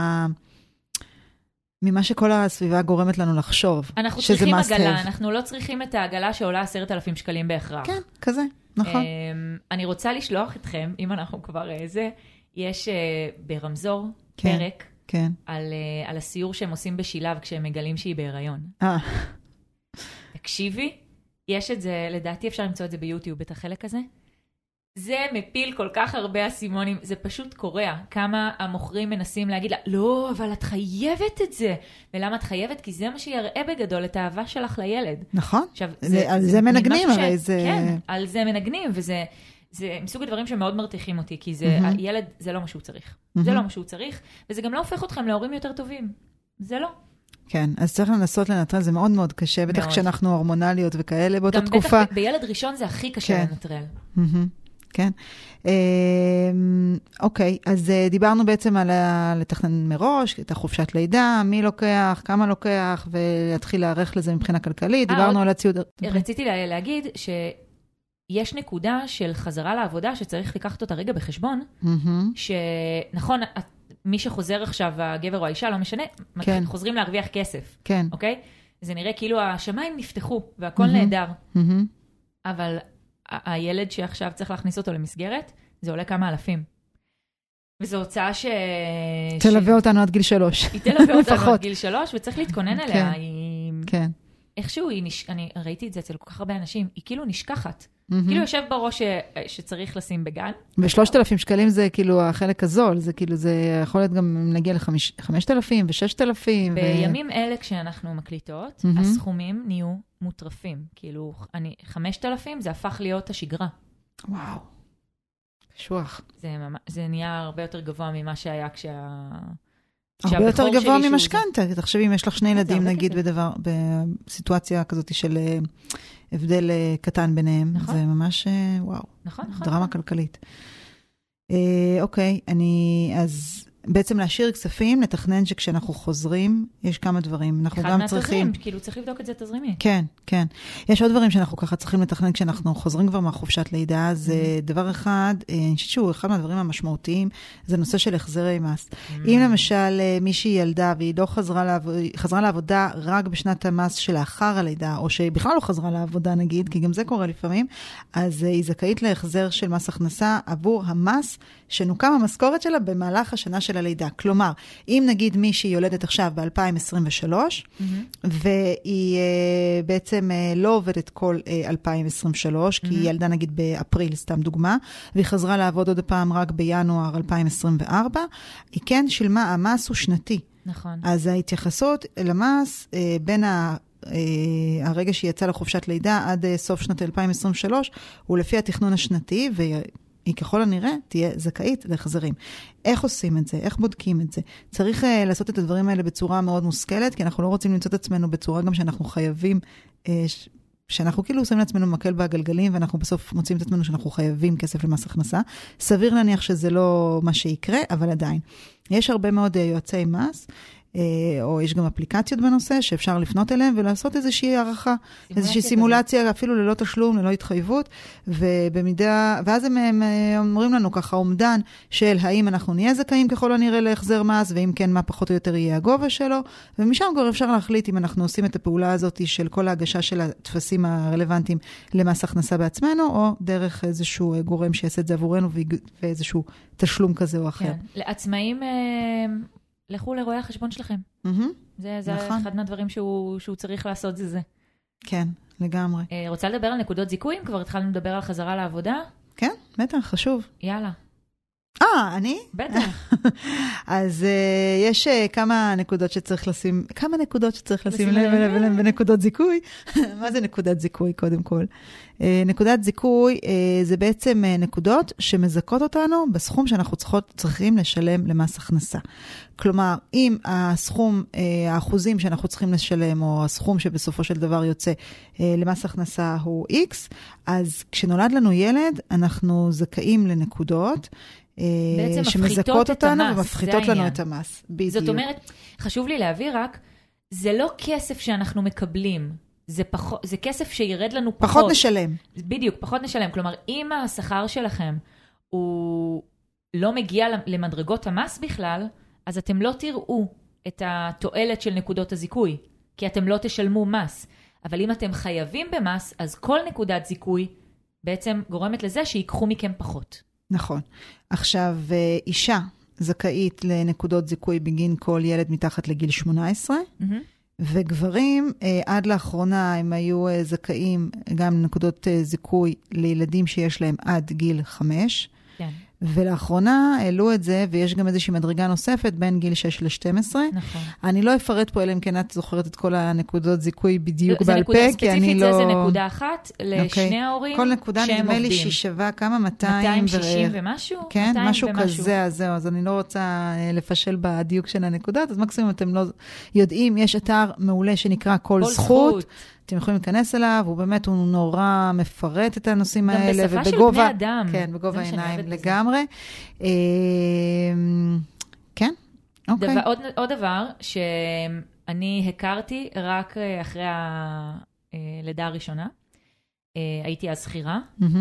Speaker 4: ממה שכל הסביבה גורמת לנו לחשוב.
Speaker 1: אנחנו צריכים עגלה, אנחנו לא צריכים את העגלה שעולה 10,000 שקלים בהכרח.
Speaker 4: כן, כזה, נכון.
Speaker 1: אני רוצה לשלוח אתכם, אם אנחנו כבר יש ברמזור פרק על הסיור שהם עושים בשילב כשהם מגלים שהיא בהיריון. תקשיבי, יש את זה, לדעתי אפשר למצוא את זה ביוטיוב, את החלק הזה. זה מפיל כל כך הרבה אסימונים, זה פשוט קורע. כמה המוכרים מנסים להגיד לה, לא, אבל את חייבת את זה. ולמה את חייבת? כי זה מה שיראה בגדול את האהבה שלך לילד.
Speaker 4: נכון. על זה מנגנים הרי.
Speaker 1: כן, על זה מנגנים, וזה מסוג הדברים שמאוד מרתיחים אותי, כי הילד, זה לא מה שהוא צריך. זה לא מה שהוא צריך, וזה גם לא הופך אתכם להורים יותר טובים. זה לא.
Speaker 4: כן, אז צריך לנסות לנטרל, זה מאוד מאוד קשה, בטח כשאנחנו הורמונליות וכאלה באותה תקופה.
Speaker 1: גם בטח בילד ראשון זה הכי קשה לנטרל.
Speaker 4: כן. אוקיי, אז דיברנו בעצם על לתכנן מראש, את החופשת לידה, מי לוקח, כמה לוקח, ולהתחיל להערך לזה מבחינה כלכלית. דיברנו על הציוד.
Speaker 1: רציתי להגיד שיש נקודה של חזרה לעבודה שצריך לקחת אותה רגע בחשבון, שנכון, מי שחוזר עכשיו, הגבר או האישה, לא משנה, חוזרים להרוויח כסף.
Speaker 4: כן.
Speaker 1: אוקיי? זה נראה כאילו השמיים נפתחו, והכל נהדר. אבל הילד שעכשיו צריך להכניס אותו למסגרת, זה עולה כמה אלפים. וזו הוצאה
Speaker 4: תלווה אותנו עד גיל 3.
Speaker 1: היא תלווה אותנו עד גיל 3, וצריך להתכונן עליה.
Speaker 4: כן.
Speaker 1: איכשהו אני ראיתי את זה אצל כל כך הרבה אנשים, היא כאילו נשכחת. כאילו יושב בראש שצריך לשים בגן.
Speaker 2: ב3,000 שקלים זה כאילו החלק הזול, זה כאילו זה יכול להיות גם נגיע ל5,000 ו6,000.
Speaker 1: בימים אלה כשאנחנו מקליטות, הסכומים נהיו מוטרפים. כאילו 5,000 זה הפך להיות השגרה.
Speaker 2: וואו. קשוח.
Speaker 1: זה נהיה הרבה יותר גבוה ממה שהיה
Speaker 4: הרבה יותר גבוה ממשכנתה. תחשבי אם יש לך 2 ילדים נגיד בסיטואציה כזאת של הבדל קטן ביניהם. זה ממש וואו. דרמה כלכלית. אוקיי, אז בעצם להשאיר כספים, לתכנן שכשאנחנו חוזרים, יש כמה דברים. אנחנו גם צריכים...
Speaker 1: כאילו צריך לבדוק את זה תזרימי.
Speaker 4: כן, כן. יש עוד דברים שאנחנו ככה צריכים לתכנן כשאנחנו חוזרים כבר מהחופשת לידה. זה דבר אחד, אני חושבת שהוא אחד מהדברים המשמעותיים, זה נושא של החזרי מס. אם למשל מישהי ילדה והיא לא חזרה לעבודה רק בשנת המס שלאחר הלידה, או שבכלל לא חזרה לעבודה נגיד, כי גם זה קורה לפעמים, אז היא זכאית להחזר של מס הכנסה עבור המס שנוקם המשכורת שלה במהלך השנה של הלידה. כלומר, אם נגיד מישהי יולדת עכשיו ב-2023, והיא בעצם לא עובדת כל 2023, כי היא ילדה נגיד באפריל, סתם דוגמה, והיא חזרה לעבוד עוד פעם רק בינואר 2024, היא כן שילמה, המס הוא שנתי.
Speaker 1: נכון. אז
Speaker 4: ההתייחסות למס בין הרגע שהיא יצאה לחופשת לידה עד סוף שנת 2023, הוא לפי התכנון השנתי, היא ככל הנראה תהיה זכאית להחזרים. איך עושים את זה? איך בודקים את זה? צריך לעשות את הדברים האלה בצורה מאוד מושכלת, כי אנחנו לא רוצים למצוא את עצמנו בצורה גם שאנחנו חייבים שאנחנו כאילו עושים לעצמנו מקל בגלגלים, ואנחנו בסוף מוצאים את עצמנו שאנחנו חייבים כסף למס הכנסה. סביר להניח שזה לא מה שיקרה, אבל עדיין. יש הרבה מאוד יועצי מס, או יש גם אפליקציות בנושא, שאפשר לפנות אליהם ולעשות איזושהי הערכה, איזושהי סימולציה, אפילו ללא תשלום, ללא התחייבות, ואז הם אומרים לנו ככה, אומדן של האם אנחנו נהיה זכאים ככל הנראה להחזר מס, ואם כן, מה פחות או יותר יהיה הגובה שלו, ומשם כבר אפשר להחליט אם אנחנו עושים את הפעולה הזאת של כל ההגשה של התפסים הרלוונטיים למס הכנסה בעצמנו, או דרך איזשהו גורם שיעשה את זה עבורנו, ואיזשהו תשלום כזה או אחר.
Speaker 1: כן. לעצמאים לכו לרואי החשבון שלכם. זה אחד מהדברים שהוא צריך לעשות, זה.
Speaker 4: כן, לגמרי.
Speaker 1: רוצה לדבר על נקודות זיכוי? כבר התחלנו לדבר על חזרה לעבודה?
Speaker 4: כן, בטח, חשוב.
Speaker 1: יאללה.
Speaker 4: אני?
Speaker 1: בטח.
Speaker 4: אז יש כמה נקודות שצריך לשים לב בנקודות זיכוי. מה זה נקודת זיכוי, קודם כל? נקודת זיכוי זה בעצם נקודות שמזכות אותנו בסכום שאנחנו צריכים לשלם למס הכנסה. כלומר, אם הסכום, האחוזים שאנחנו צריכים לשלם, או הסכום שבסופו של דבר יוצא למס הכנסה הוא X, אז כשנולד לנו ילד, אנחנו זכאים לנקודות, שמזכות אותנו ומפחיתות לנו את המס.
Speaker 1: זאת אומרת, חשוב לי להביא רק, זה לא כסף שאנחנו מקבלים, זה כסף שירד לנו פחות.
Speaker 4: פחות נשלם.
Speaker 1: בדיוק, פחות נשלם. כלומר, אם השכר שלכם הוא לא מגיע למדרגות המס בכלל, אז אתם לא תראו את התועלת של נקודות הזיכוי, כי אתם לא תשלמו מס. אבל אם אתם חייבים במס, אז כל נקודת זיכוי בעצם גורמת לזה שיקחו מכם פחות.
Speaker 4: נכון. עכשיו, אישה זכאית לנקודות זיכוי בגין כל ילד מתחת לגיל 18, וגברים עד לאחרונה הם היו זכאים גם לנקודות זיכוי לילדים שיש להם עד גיל 5,
Speaker 1: כן.
Speaker 4: ולאחרונה העלו את זה, ויש גם איזושהי מדרגה נוספת בין גיל 6 ל-12.
Speaker 1: נכון.
Speaker 4: אני לא אפרט פה, אלא אם כן את זוכרת את כל הנקודות זיכוי בדיוק בעל פה, כי אני לא...
Speaker 1: זה נקודה אחת לשני ההורים
Speaker 4: כל נקודה נדמה לי שהיא שווה כמה
Speaker 1: 260 ומשהו?
Speaker 4: כן, משהו כזה, אז זהו, אז אני לא רוצה לפשל בדיוק של הנקודות, אז מקסימום אתם לא יודעים, יש אתר מעולה שנקרא כל זכות. אתם יכולים להיכנס אליו, ובאמת הוא נורא מפרט את הנושאים האלה.
Speaker 1: גם בשפה של בני אדם.
Speaker 4: כן, בגובה העיניים לגמרי. כן, אוקיי.
Speaker 1: עוד דבר שאני הכרתי רק אחרי הלידה הראשונה, הייתי אז שכירה,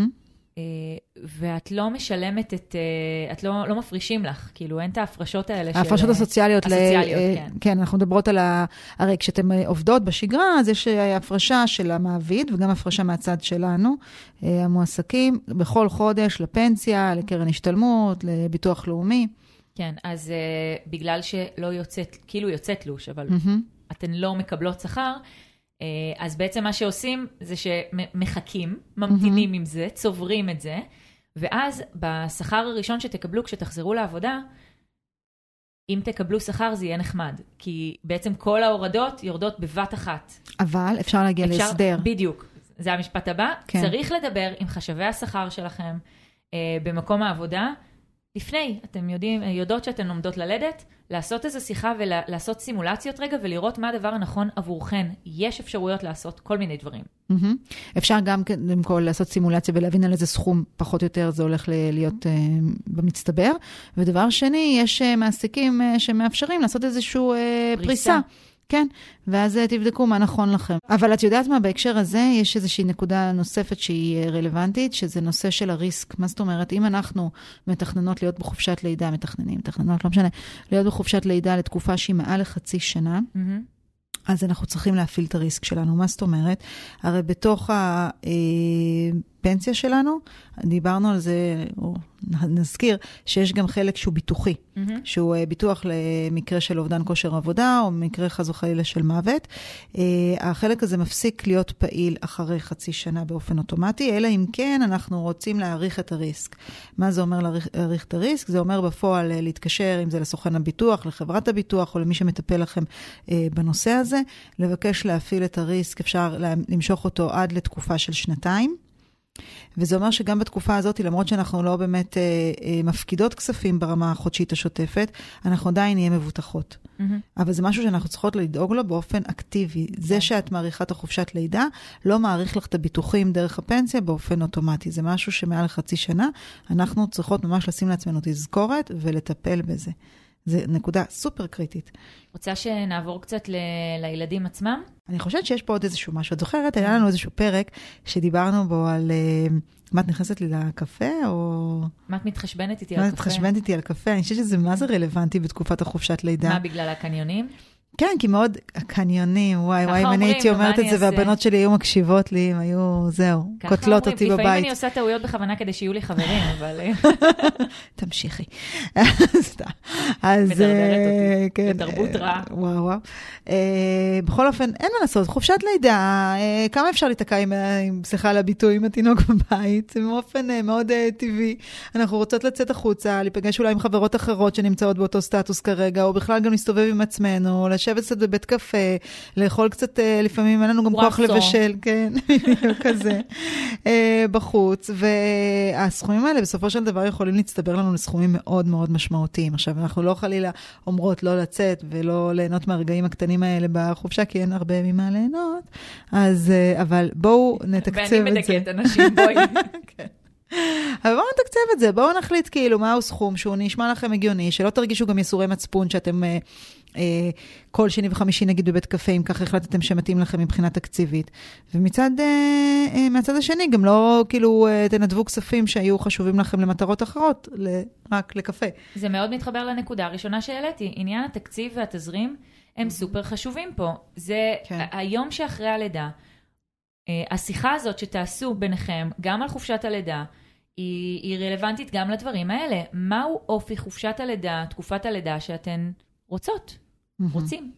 Speaker 1: ואת לא משלמת את לא מפרישים לך, כאילו אין את ההפרשות האלה.
Speaker 4: ההפרשות הסוציאליות,
Speaker 1: כן.
Speaker 4: כן, אנחנו מדברות על הרי כשאתם עובדות בשגרה, אז יש הפרשה של המעביד, וגם הפרשה מהצד שלנו, המועסקים, בכל חודש לפנסיה, לקרן השתלמות, לביטוח לאומי.
Speaker 1: כן, אז בגלל שלא יוצאת, כאילו יוצאת לוש, אבל אתן לא מקבלות שכר, אז בעצם מה שעושים זה שמחכים, ממתינים עם זה, צוברים את זה, ואז בשכר הראשון שתקבלו כשתחזרו לעבודה, אם תקבלו שכר זה יהיה נחמד, כי בעצם כל ההורדות יורדות בבת אחת.
Speaker 4: אבל אפשר להגיע להסדר.
Speaker 1: בדיוק, זה המשפט הבא. כן. צריך לדבר עם חשבי השכר שלכם במקום העבודה, לפני, אתם יודעות שאתן לומדות ללדת, לעשות איזו שיחה ולעשות סימולציות רגע, ולראות מה הדבר הנכון עבורכן. יש אפשרויות לעשות כל מיני דברים.
Speaker 4: אפשר גם לעשות סימולציה ולהבין על איזה סכום פחות או יותר זה הולך להיות במצטבר. ודבר שני, יש מעסיקים שמאפשרים לעשות איזושהי פריסה. כן, ואז תבדקו מה נכון לכם. אבל את יודעת מה, בהקשר הזה יש איזושהי נקודה נוספת שהיא רלוונטית, שזה נושא של הריסק. מה זאת אומרת? אם אנחנו מתכננות להיות בחופשת לידה, מתכננות, לא משנה, להיות בחופשת לידה לתקופה שהיא מעל לחצי שנה, אז אנחנו צריכים להפעיל את הריסק שלנו. מה זאת אומרת? הרי בתוך הפנסיה שלנו, דיברנו על זה, או נזכיר, שיש גם חלק שהוא ביטוחי, שהוא ביטוח למקרה של אובדן כושר עבודה, או מקרה חס וחלילה של מוות. החלק הזה מפסיק להיות פעיל אחרי חצי שנה באופן אוטומטי, אלא אם כן אנחנו רוצים להעריך את הריסק. מה זה אומר להעריך את הריסק? זה אומר בפועל להתקשר, אם זה לסוכן הביטוח, לחברת הביטוח, או למי שמטפל לכם בנושא הזה, לבקש להפעיל את הריסק, אפשר למשוך אותו עד לתקופה של 2 שנתיים. וזה אומר שגם בתקופה הזאת, למרות שאנחנו לא באמת מפקידות כספים ברמה החודשית השוטפת, אנחנו עדיין נהיה מבוטחות. אבל זה משהו שאנחנו צריכות לדאוג לו באופן אקטיבי. זה שאת מעריכה את החופשת לידה, לא מעריך לך את הביטוחים דרך הפנסיה באופן אוטומטי. זה משהו שמעל חצי שנה, אנחנו צריכות ממש לשים לעצמנו תזכורת ולטפל בזה. זה נקודה סופר קריטית.
Speaker 1: רוצה שנעבור קצת לילדים עצמם?
Speaker 4: אני חושבת שיש פה עוד איזשהו משהו. את זוכרת, היה לנו איזשהו פרק שדיברנו בו על מה את נכנסת לי לקפה, או...
Speaker 1: מה את מתחשבנת איתי על קפה?
Speaker 4: מה את מתחשבנת איתי על קפה? אני חושבת שזה מה זה רלוונטי בתקופת החופשת לידה.
Speaker 1: מה, בגלל הקניונים?
Speaker 4: כן, כי מאוד הקניונים, וואי, אם אני הייתי אומרת את זה, והבנות שלי היו מקשיבות לי, הם היו, זהו, קוטלות אותי בבית.
Speaker 1: לפעמים אני עושה טעויות בכוונה כדי שיהיו לי חברים, אבל...
Speaker 4: תמשיכי.
Speaker 1: מדרדרת אותי, בתרבות רעה.
Speaker 4: וואו. בכל אופן, אין מה לעשות, חופשת לידה, כמה אפשר להתקע עם סליחה על הביטוי, עם התינוק בבית, זה באופן מאוד טבעי. אנחנו רוצות לצאת החוצה, להיפגש אולי עם חברות אחרות שנמצאות באותו סטטוס כרגע, או בכלל גם להסתובב עם עצמנו, לשבת קצת בבית קפה, לאכול קצת, לפעמים אין לנו גם כוח לבשל, כן, כזה, בחוץ, והסכומים האלה בסופו של דבר יכולים להצטבר לנו לסכומים מאוד מאוד משמעותיים. עכשיו, אנחנו לא חלילה אומרות לא לצאת ולא ליהנות מהרגעים הקטנים האלה בחופשה, כי אין הרבה ממה ליהנות, אז, אבל בואו נתקצב את זה.
Speaker 1: ואני מדכאת אנשים, בואי.
Speaker 4: כן. אבל בואו נתקצב את זה, בואו נחליט כאילו מהו סכום שהוא נשמע לכם הגיוני, שלא תרגישו גם יסורי מצפון שאתם כל שני וחמישי נגיד בבית קפה, אם כך החלטתם שמתאים לכם מבחינה תקציבית. ומצד השני גם לא כאילו תנדבו כספים שהיו חשובים לכם למטרות אחרות, רק לקפה.
Speaker 1: זה מאוד מתחבר לנקודה הראשונה שהעליתי, עניין התקציב והתזרים הם סופר חשובים פה. זה היום שאחרי הלידה, השיחה הזאת שתעשו ביניכם, גם על חופשת הלידה, היא רלוונטית גם לדברים האלה. מהו אופי חופשת הלידה, תקופת הלידה שאתן רוצות, רוצים?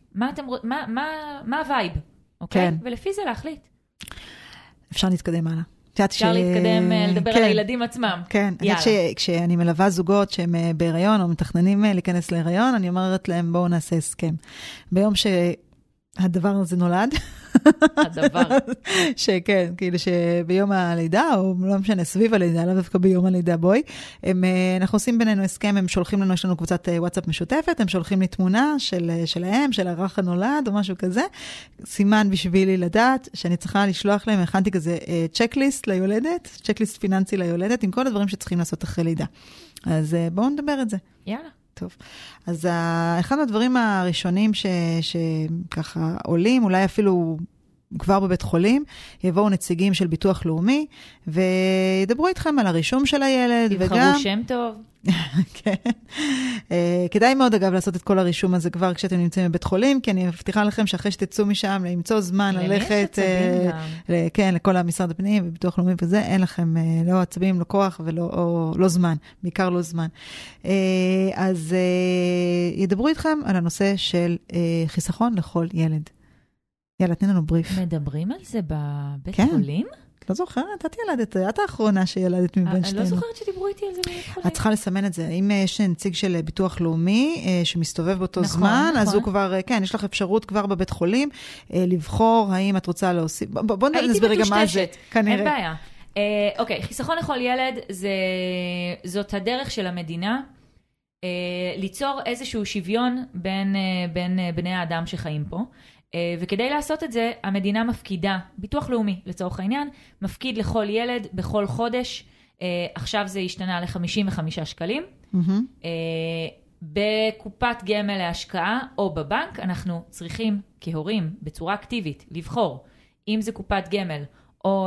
Speaker 1: מה הווייב? אוקיי? ולפי זה להחליט.
Speaker 4: אפשר להתקדם הלאה.
Speaker 1: אפשר להתקדם, לדבר על הילדים עצמם.
Speaker 4: כן, כשאני מלווה זוגות שהם בהיריון או מתכננים להיכנס להיריון, אני אומרת להם בואו נעשה הסכם. ביום שהדבר הזה נולד, שכן, כאילו שביום הלידה, או לא משנה, סביב הלידה, לא דווקא ביום הלידה, בואי, אנחנו עושים בינינו הסכם, הם שולחים לנו, יש לנו קבוצת וואטסאפ משותפת, הם שולחים לי תמונה שלהם, של הרך הנולד, או משהו כזה, סימן בשבילי לדעת, שאני צריכה לשלוח להם, הכנתי כזה צ'קליסט ליולדת, צ'קליסט פיננסי ליולדת, עם כל הדברים שצריכים לעשות אחרי לידה. אז בואו נדבר את זה.
Speaker 1: יאללה.
Speaker 4: טוב. אז אחד מהדברים הראשונים שככה עולים, אולי אפילו כבר בבית חולים, יבואו נציגים של ביטוח לאומי, וידברו איתכם על הרישום של הילד,
Speaker 1: יבחרו שם טוב.
Speaker 4: כן. כדאי מאוד אגב לעשות את כל הרישום הזה כבר כשאתם נמצאים בבית חולים, כי אני מבטיחה לכם שאחרי שתצאו משם, למצוא זמן ללכת, כן, לכל המשרד הפנים וביטוח לאומי וזה, אין לכם לא עצבים, לא כוח ולא זמן, בעיקר לא זמן. אז ידברו איתכם על הנושא של חיסכון לכל ילד. יאללה, תן לנו בריף.
Speaker 1: מדברים על זה בבית חולים?
Speaker 4: לא זוכרת, את ילדת, את האחרונה שילדת מבין שתינו.
Speaker 1: אני לא זוכרת שדיברו איתי על זה בבית חולים.
Speaker 4: את צריכה לסמן את זה. אם יש נציג של ביטוח לאומי שמסתובב באותו זמן, אז הוא כבר, כן, יש לך אפשרות כבר בבית חולים לבחור האם את רוצה להוסיף. בוא נסביר רגע מה זה.
Speaker 1: אין בעיה. אוקיי, חיסכון לכל ילד, זאת הדרך של המדינה ליצור איזשהו שוויון בין בני האדם שחיים פה. וכדי לעשות את זה, המדינה מפקידה, ביטוח לאומי לצורך העניין, מפקיד לכל ילד בכל חודש, עכשיו זה השתנה ל-55 שקלים, בקופת גמל להשקעה או בבנק, אנחנו צריכים כהורים בצורה אקטיבית לבחור, אם זה קופת גמל או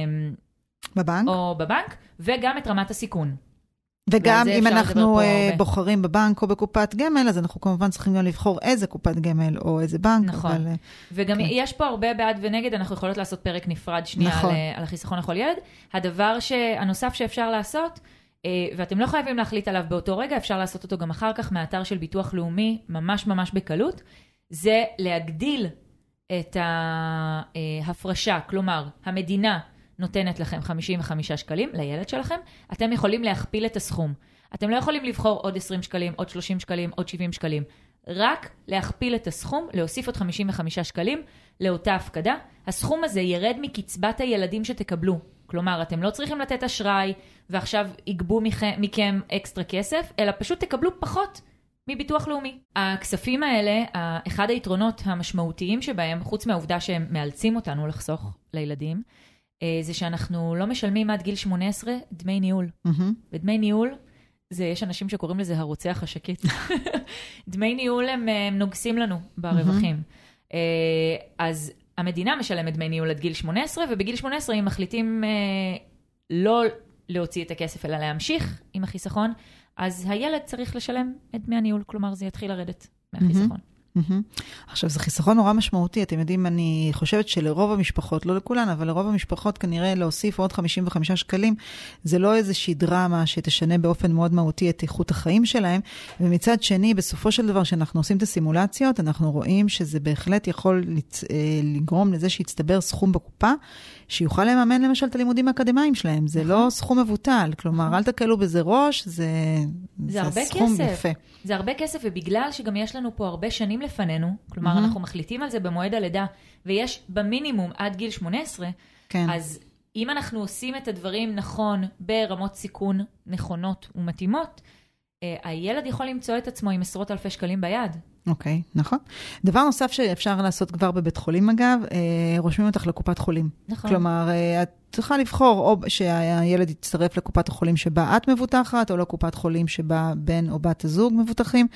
Speaker 1: בבנק, וגם את רמת הסיכון.
Speaker 4: וגם אם אנחנו בוחרים בבנק או בקופת גמל, אז אנחנו כמובן צריכים גם לבחור איזה קופת גמל או איזה בנק.
Speaker 1: נכון. וגם יש פה הרבה בעד ונגד, אנחנו יכולות לעשות פרק נפרד שנייה על החיסכון לכל ילד. הדבר הנוסף שאפשר לעשות, ואתם לא חייבים להחליט עליו באותו רגע, אפשר לעשות אותו גם אחר כך מהאתר של ביטוח לאומי, ממש ממש בקלות, זה להגדיל את ההפרשה, כלומר, המדינה נותנת לכם 55 שקלים לילד שלכם, אתם יכולים להכפיל את הסכום. אתם לא יכולים לבחור עוד 20 שקלים, עוד 30 שקלים, עוד 70 שקלים. רק להכפיל את הסכום, להוסיף עוד 55 שקלים לאותה הפקדה. הסכום הזה ירד מקצבת הילדים שתקבלו. כלומר, אתם לא צריכים לתת אשראי, ועכשיו יגבו מכם אקסטרה כסף, אלא פשוט תקבלו פחות מביטוח לאומי. הכספים האלה, אחד היתרונות המשמעותיים שבהם, חוץ מהעובדה שהם מאלצים אותנו לחסוך לילדים, זה שאנחנו לא משלמים עד גיל 18 דמי ניהול. ודמי ניהול, יש אנשים שקוראים לזה הרוצח השקט. דמי ניהול הם נוגסים לנו ברווחים. אז המדינה משלמת דמי ניהול עד גיל 18, ובגיל 18 אם מחליטים לא להוציא את הכסף, אלא להמשיך עם החיסכון, אז הילד צריך לשלם את דמי הניהול, כלומר זה יתחיל לרדת מהחיסכון.
Speaker 4: עכשיו, זה חיסכון נורא משמעותי. אתם יודעים, אני חושבת שלרוב המשפחות, לא לכולן, אבל לרוב המשפחות כנראה להוסיף עוד 55 שקלים, זה לא איזושהי דרמה שתשנה באופן מאוד מהותי את איכות החיים שלהם. ומצד שני, בסופו של דבר, כשאנחנו עושים את הסימולציות, אנחנו רואים שזה בהחלט יכול לגרום לזה שיצטבר סכום בקופה, שיוכל לממן למשל את הלימודים האקדמיים שלהם. זה לא סכום מבוטל. כלומר, אל תקלו בזה ראש, זה סכום יפה.
Speaker 1: זה הרבה כסף, ובגלל שגם יש לנו פה הרבה שנים לפנינו, כלומר, אנחנו מחליטים על זה במועד הלידה, ויש במינימום עד גיל 18, אז אם אנחנו עושים את הדברים נכון, ברמות סיכון נכונות ומתאימות, הילד יכול למצוא את עצמו עם עשרות אלפי שקלים ביד.
Speaker 4: אוקיי, נכון. דבר נוסף שאפשר לעשות כבר בבית חולים, אגב, רושמים אותך לקופת חולים.
Speaker 1: נכון.
Speaker 4: כלומר, את צריכה לבחור או שהילד יצטרף לקופת החולים שבה את מבוטחת, או לקופת חולים שבה בן או בת הזוג מבוטחים.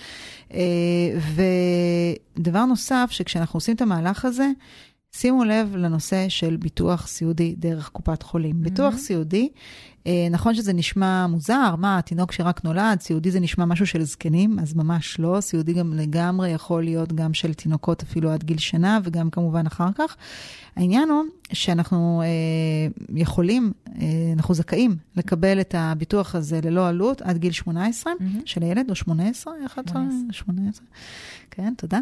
Speaker 4: ודבר נוסף, שכשאנחנו עושים את המהלך הזה, שימו לב לנושא של ביטוח סיעודי דרך קופת חולים. ביטוח סיעודי, נכון שזה נשמע מוזר, מה, התינוק שרק נולד, סיעודי זה נשמע משהו של זקנים, אז ממש לא, סיעודי גם לגמרי יכול להיות גם של תינוקות אפילו עד גיל שנה, וגם כמובן אחר כך. העניין הוא שאנחנו יכולים, אנחנו זכאים לקבל את הביטוח הזה ללא עלות עד גיל 18, של הילד, או 18, 18. כן, תודה.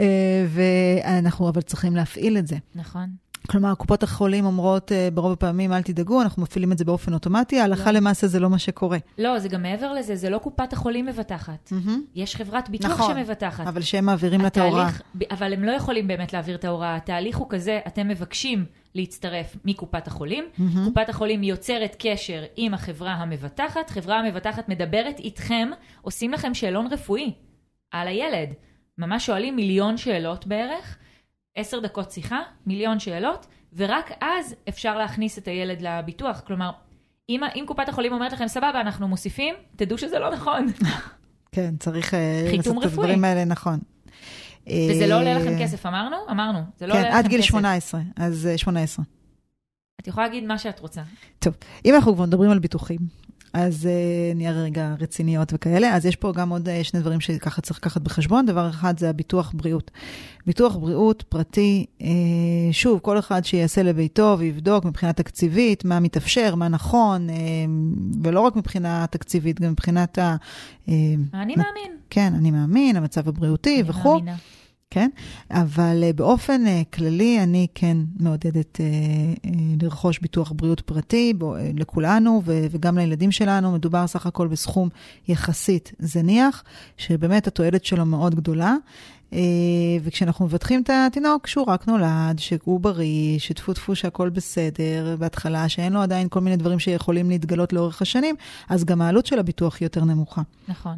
Speaker 4: ואנחנו אבל צריכים להפעיל את זה.
Speaker 1: נכון.
Speaker 4: כלומר, קופות החולים אומרות ברוב הפעמים, אל תדאגו, אנחנו מפעילים את זה באופן אוטומטי, ההלכה למעשה זה לא מה שקורה.
Speaker 1: לא, זה גם מעבר לזה, זה לא קופת החולים מבטחת. יש חברת ביטוח שמבטחת.
Speaker 4: אבל שהם מעבירים את ההוראה.
Speaker 1: אבל הם לא יכולים באמת להעביר את ההוראה. התהליך הוא כזה, אתם מבקשים להצטרף מקופת החולים, קופת החולים יוצרת קשר עם החברה המבטחת, חברה המבטחת מדברת איתכם, עושים לכם שאלון רפואי על הילד. ממש שואלים 1,000,000 שאלות בערך, 10 דקות שיחה, 1,000,000 שאלות, ורק אז אפשר להכניס את הילד לביטוח. כלומר, אם קופת החולים אומרת לכם, סבבה, אנחנו מוסיפים, תדעו שזה לא נכון.
Speaker 4: כן, צריך לעשות את הדברים האלה, נכון.
Speaker 1: וזה לא עולה לכם כסף, אמרנו? אמרנו. זה לא עולה לכם כסף.
Speaker 4: עד גיל 18, אז 18.
Speaker 1: את יכולה להגיד מה שאת רוצה.
Speaker 4: טוב, אם אנחנו כבר מדברים על ביטוחים, אז נהיה רגע רציניות וכאלה, אז יש פה גם עוד שני דברים שככה צריך לקחת בחשבון. דבר אחד זה הביטוח בריאות. ביטוח בריאות פרטי, שוב, כל אחד שיעשה לביתו ויבדוק מבחינה תקציבית, מה מתאפשר, מה נכון, ולא רק מבחינה תקציבית, גם מבחינת
Speaker 1: אני מאמין.
Speaker 4: כן, אני מאמין, המצב הבריאותי וכו'. אני מאמינה. כן, אבל באופן כללי אני כן מעודדת לרכוש ביטוח בריאות פרטי לכולנו וגם לילדים שלנו. מדובר סך הכל בסכום יחסית זניח, שבאמת התועלת שלו מאוד גדולה. וכשאנחנו מבטחים את התינוק שהוא רק נולד, שהוא בריא, שטפו שהכל בסדר בהתחלה, שאין לו עדיין כל מיני דברים שיכולים להתגלות לאורך השנים, אז גם העלות של הביטוח היא יותר נמוכה.
Speaker 1: נכון.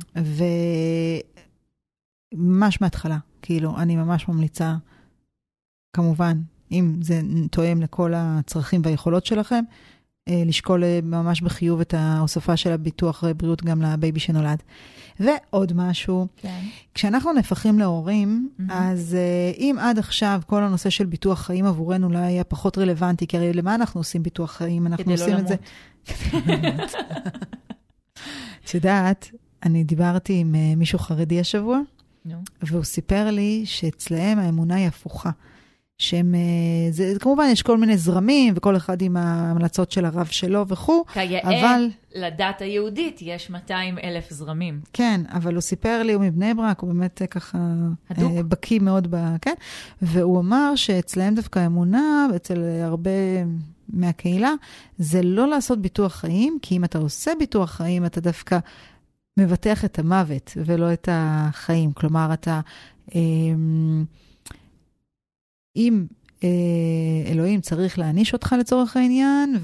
Speaker 4: ממש מההתחלה, כאילו, אני ממש ממליצה, כמובן, אם זה תואם לכל הצרכים והיכולות שלכם, לשקול ממש בחיוב את ההוספה של הביטוח בריאות גם לבייבי שנולד. ועוד משהו, כשאנחנו נפחים להורים, אז אם עד עכשיו כל הנושא של ביטוח חיים עבורנו לא היה פחות רלוונטי, כי הרי למה אנחנו עושים ביטוח חיים? אנחנו עושים את זה. את יודעת, אני דיברתי עם מישהו חרדי השבוע, והוא סיפר לי שאצלהם האמונה היא הפוכה. כמובן יש כל מיני זרמים, וכל אחד עם ההמלצות של הרב שלו וכו'.
Speaker 1: כיאה לדת היהודית יש 200,000 זרמים.
Speaker 4: כן, אבל הוא סיפר לי, הוא מבני ברק, הוא באמת ככה בקיא מאוד, כן? והוא אמר שאצלהם דווקא האמונה, אצל הרבה מהקהילה, זה לא לעשות ביטוח חיים, כי אם אתה עושה ביטוח חיים, אתה דווקא מבטח את המוות, ולא את החיים. כלומר, אתה, אם אלוהים צריך להעניש אותך לצורך העניין,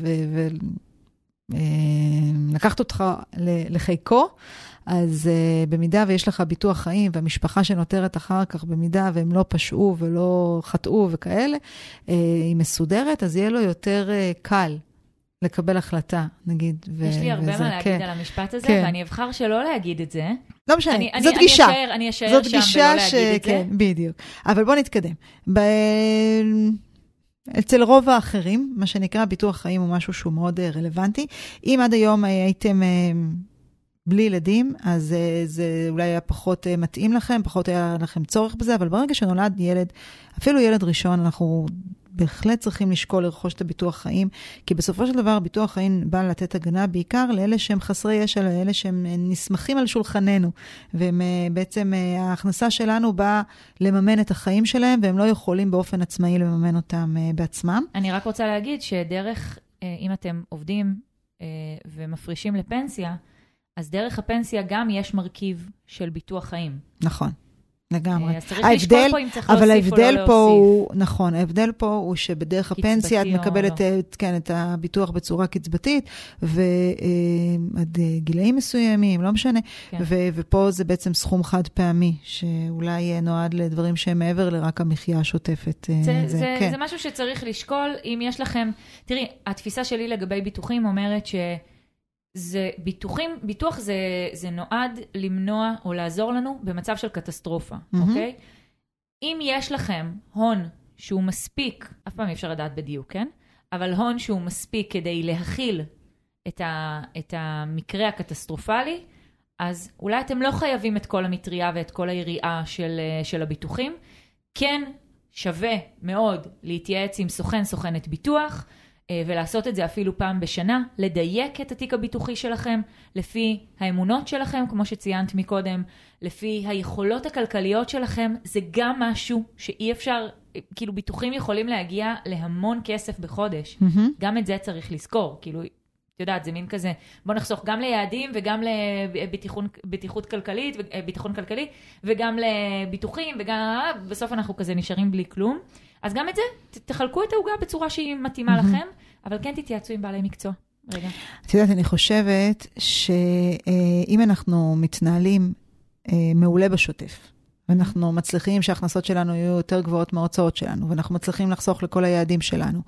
Speaker 4: ולקחת אותך לחיקו, אז במידה ויש לך ביטוח חיים, והמשפחה שנותרת אחר כך, במידה והם לא פשעו ולא חטאו וכאלה, היא מסודרת, אז יהיה לו יותר קל לקבל החלטה, נגיד.
Speaker 1: יש לי הרבה מה להגיד על המשפט הזה, ואני אבחר שלא להגיד את זה.
Speaker 4: לא משנה, זאת גישה.
Speaker 1: אני אשאר שם ולא להגיד את זה.
Speaker 4: כן, בדיוק. אבל בוא נתקדם. אצל רוב האחרים, מה שנקרא ביטוח חיים הוא משהו שהוא מאוד רלוונטי. אם עד היום הייתם בלי ילדים, אז זה אולי היה פחות מתאים לכם, פחות היה לכם צורך בזה, אבל ברגע שנולד ילד, אפילו ילד ראשון, אנחנו בהחלט צריכים לשקול לרכוש את הביטוח חיים, כי בסופו של דבר ביטוח חיים בא לתת הגנה בעיקר לאלה שהם חסרי ישע, לאלה שהם נסמכים על שולחננו, ובעצם ההכנסה שלנו באה לממן את החיים שלהם, והם לא יכולים באופן עצמאי לממן אותם בעצמם.
Speaker 1: אני רק רוצה להגיד שדרך, אם אתם עובדים ומפרישים לפנסיה, אז דרך הפנסיה גם יש מרכיב של ביטוח חיים.
Speaker 4: נכון. לגמרי.
Speaker 1: אז צריך לשקול פה אם צריך להוסיף או לא להוסיף.
Speaker 4: נכון, ההבדל פה הוא שבדרך הפנסיה את מקבלת את הביטוח בצורה קצבתית, ועד גילאים מסוימים, לא משנה, ופה זה בעצם סכום חד פעמי, שאולי נועד לדברים שהם מעבר לרק המחיה השוטפת.
Speaker 1: זה משהו שצריך לשקול, אם יש לכם, תראי, התפיסה שלי לגבי ביטוחים אומרת ביטוח זה נועד למנוע או לעזור לנו במצב של קטסטרופה, אוקיי? אם יש לכם הון שהוא מספיק, אף פעם אי אפשר לדעת בדיוק, כן? אבל הון שהוא מספיק כדי להכיל את המקרה הקטסטרופלי, אז אולי אתם לא חייבים את כל המטריה ואת כל היריעה של הביטוחים. כן, שווה מאוד להתייעץ עם סוכנת ביטוח, ולעשות את זה אפילו פעם בשנה, לדייק את התיק הביטוחי שלכם, לפי האמונות שלכם, כמו שציינת מקודם, לפי היכולות הכלכליות שלכם, זה גם משהו שאי אפשר, כאילו ביטוחים יכולים להגיע להמון כסף בחודש. גם את זה צריך לזכור, כאילו, את יודעת, זה מין כזה, בוא נחסוך גם ליעדים וגם לביטחון כלכלי, וגם לביטוחים, וגם בסוף אנחנו כזה נשארים בלי כלום. אז גם את זה, תחלקו את העוגה בצורה שהיא מתאימה לכם, אבל כן תתייעצו עם בעלי מקצוע. רגע.
Speaker 4: את יודעת, אני חושבת שאם אנחנו מתנהלים מעולה בשוטף, ואנחנו מצליחים שההכנסות שלנו יהיו יותר גבוהות מההוצאות שלנו, ואנחנו מצליחים לחסוך לכל היעדים שלנו,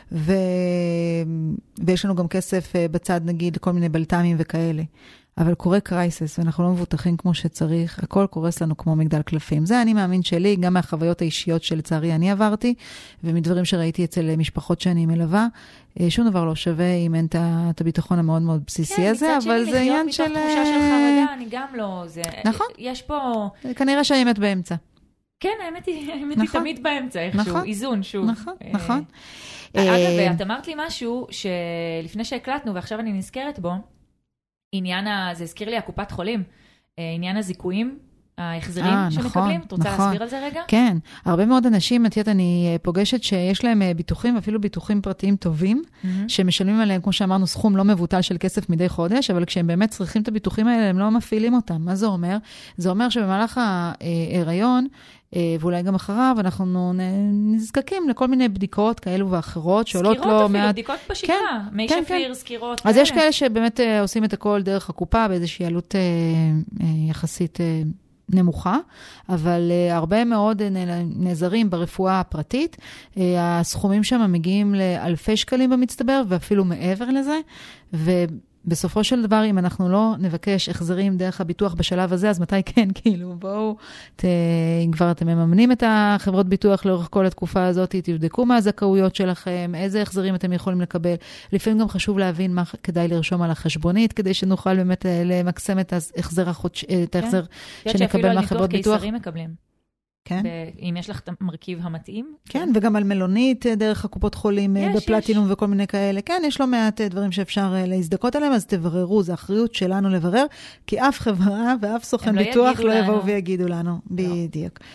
Speaker 4: ויש לנו גם כסף בצד, נגיד, לכל מיני בלת"מים וכאלה. אבל קורה קרייסס, ואנחנו לא מבוטחים כמו שצריך, הכל קורס לנו כמו מגדל קלפים. זה אני מאמין שלי, גם מהחוויות האישיות שלצערי אני עברתי, ומדברים שראיתי אצל משפחות שאני מלווה, שום דבר לא שווה אם אין את הביטחון המאוד מאוד בסיסי הזה, אבל זה עניין של...
Speaker 1: כן, מצד שני לחיות מתוך תחושה של חרדה, אני גם לא...
Speaker 4: נכון.
Speaker 1: יש פה...
Speaker 4: כנראה שהאמת באמצע.
Speaker 1: כן, האמת היא תמיד באמצע, איכשהו, איזון שוב.
Speaker 4: נכון.
Speaker 1: אגב, את אמרת לי משהו שלפני שהקלטנו, ועכשיו אני נזכרת בו, זה הזכיר לי הקופת חולים, עניין הזיכויים, ההחזרים שמקבלים. את רוצה להסביר על זה רגע?
Speaker 4: כן, הרבה מאוד אנשים, אני פוגשת שיש להם ביטוחים, אפילו ביטוחים פרטיים טובים, שמשלמים עליהם, כמו שאמרנו, סכום לא מבוטל של כסף מדי חודש, אבל כשהם באמת צריכים את הביטוחים האלה, הם לא מפעילים אותם. מה זה אומר? זה אומר שבמהלך ההיריון, ואולי גם אחריו, אנחנו נזקקים לכל מיני בדיקות כאלו ואחרות, שעולות לא מעט...
Speaker 1: סקירות אפילו, בדיקות בשגרה, מי שפיר, סקירות.
Speaker 4: אז יש כאלה שבאמת עושים את הכל דרך הקופה, באיזושהי עלות יחסית נמוכה, אבל הרבה מאוד נעזרים ברפואה הפרטית. הסכומים שם מגיעים לאלפי שקלים במצטבר, ואפילו מעבר לזה, בסופו של דבר, אם אנחנו לא נבקש החזרים דרך הביטוח בשלב הזה, אז מתי כן? כאילו, בואו, אם כבר אתם מממנים את החברות ביטוח לאורך כל התקופה הזאת, תבדקו מה הזכאויות שלכם, איזה החזרים אתם יכולים לקבל. לפעמים גם חשוב להבין מה כדאי לרשום על החשבונית, כדי שנוכל באמת למקסם את ההחזר שנקבל מהחברות ביטוח.
Speaker 1: קיסרים מקבלים.
Speaker 4: כן.
Speaker 1: אם יש לך את המרכיב המתאים.
Speaker 4: כן, וגם על מלונית דרך הקופות חולים בפלטינום וכל מיני כאלה. כן, יש לא מעט דברים שאפשר להזדקות עליהם, אז תבררו, זו אחריות שלנו לברר, כי אף חברה ואף סוכן ביטוח לא יבואו ויגידו לנו. בדיוק.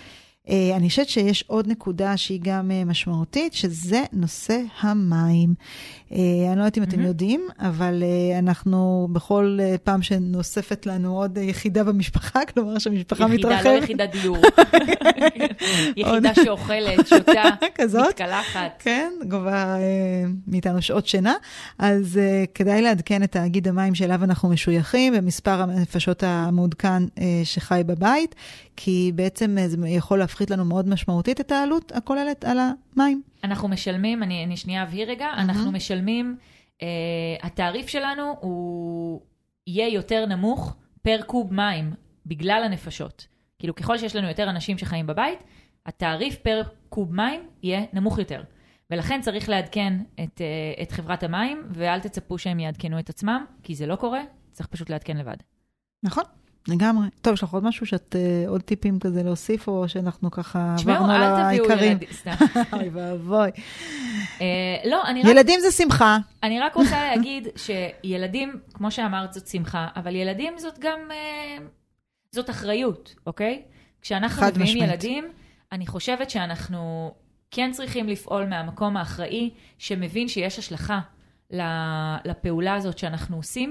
Speaker 4: אני חושבת שיש עוד נקודה שהיא גם משמעותית, שזה נושא המים. אני לא יודעת אם אתם יודעים, אבל אנחנו בכל פעם שנוספת לנו עוד יחידה במשפחה, כלומר שהמשפחה מתרחבת.
Speaker 1: יחידה, לא יחידת דיור. יחידה שאוכלת, שותה, מתקלחת.
Speaker 4: כן, גובה מאיתנו שעות שינה. אז כדאי לעדכן את תאגיד המים שאליו אנחנו משויכים, ומספר הנפשות המעודכן שחי בבית, כי בעצם זה יכול להפחית לנו מאוד משמעותית את העלות הכוללת על המים.
Speaker 1: אנחנו משלמים, אני שנייה אבהיר רגע, אנחנו משלמים, התעריף שלנו הוא יהיה יותר נמוך פר קוב מים, בגלל הנפשות. כאילו ככל שיש לנו יותר אנשים שחיים בבית, התעריף פר קוב מים יהיה נמוך יותר. ולכן צריך לעדכן את חברת המים, ואל תצפו שהם יעדכנו את עצמם, כי זה לא קורה, צריך פשוט לעדכן לבד.
Speaker 4: נכון. לגמרי. טוב, יש לך עוד משהו שאת עוד טיפים כזה להוסיף, או שאנחנו ככה עברנו על העיקרים? אוי ואבוי.
Speaker 1: לא,
Speaker 4: ילדים זה שמחה.
Speaker 1: אני רק רוצה להגיד שילדים, כמו שאמרת, זאת שמחה, אבל ילדים זאת גם, זאת אחריות, אוקיי? כשאנחנו מביאים ילדים, אני חושבת שאנחנו כן צריכים לפעול מהמקום האחראי, שמבין שיש השלכה לפעולה הזאת שאנחנו עושים,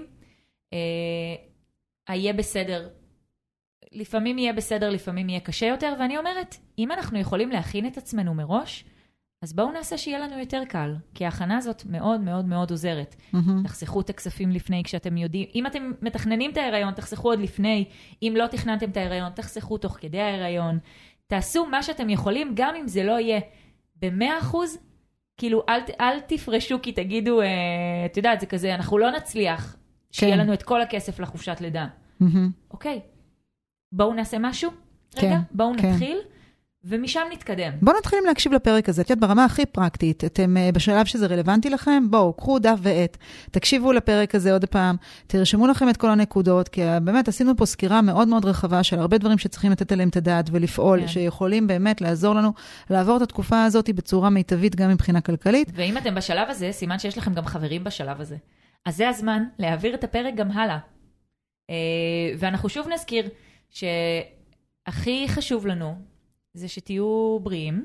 Speaker 1: יהיה בסדר. לפעמים יהיה בסדר, לפעמים יהיה קשה יותר, ואני אומרת, אם אנחנו יכולים להכין את עצמנו מראש, אז בואו נעשה שיהיה לנו יותר קל, כי ההכנה הזאת מאוד מאוד מאוד עוזרת. תחסכו את הכספים לפני כשאתם יודעים, אם אתם מתכננים את ההיריון, תחסכו עוד לפני, אם לא תכננתם את ההיריון, תחסכו תוך כדי ההיריון, תעשו מה שאתם יכולים, גם אם זה לא יהיה ב100%, כאילו אל תפרשו, כי תגידו, את יודעת, זה כזה, אנחנו לא נצליח, שיהיה לנו את כל הכסף לחופשת לידה. אוקיי, בואו נעשה משהו, רגע, בואו נתחיל, ומשם נתקדם.
Speaker 4: בואו נתחיל להקשיב לפרק הזה, את יודעת, ברמה הכי פרקטית, אתם בשלב שזה רלוונטי לכם, בואו, קחו דף ועט, תקשיבו לפרק הזה עוד פעם, תרשמו לכם את כל הנקודות, כי באמת עשינו פה סקירה מאוד מאוד רחבה של הרבה דברים שצריכים לתת עליהם את הדעת ולפעול, שיכולים באמת לעזור לנו לעבור את התקופה הזאת בצורה מיטבית גם מבחינה כלכלית.
Speaker 1: ואם אתם בשלב הזה, סימן שיש לכם גם חברים בשלב הזה. אז זה הזמן להעביר את הפרק גם הלאה. ואנחנו שוב נזכיר שהכי חשוב לנו זה שתהיו בריאים,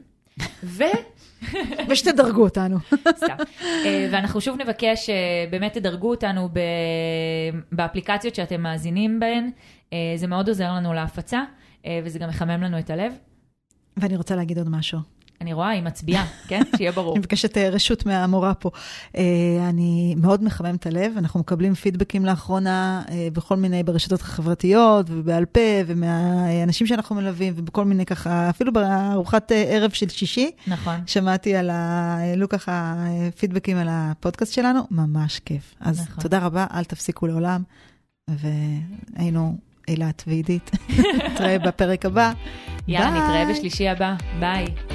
Speaker 4: ושתדרגו אותנו.
Speaker 1: סתם. ואנחנו שוב נבקש באמת תדרגו אותנו באפליקציות שאתם מאזינים בהן. זה מאוד עוזר לנו להפצה, וזה גם מחמם לנו את הלב.
Speaker 4: ואני רוצה להגיד עוד משהו.
Speaker 1: אני רואה, היא מצביעה, כן? שיהיה ברור.
Speaker 4: אני מבקשת רשות מהמורה פה. אני מאוד מחמם את הלב, אנחנו מקבלים פידבקים לאחרונה, בכל מיני ברשתות החברתיות, ובעל פה, ומהאנשים שאנחנו מלווים, ובכל מיני ככה, אפילו בארוחת ערב של שישי.
Speaker 1: נכון.
Speaker 4: שמעתי העלו ככה פידבקים על הפודקאסט שלנו, ממש כיף. אז תודה רבה, אל תפסיקו לעולם, והיינו אילת ועידית. נתראה בפרק הבא.
Speaker 1: יאללה, נתראה בשלישי הבא. ביי.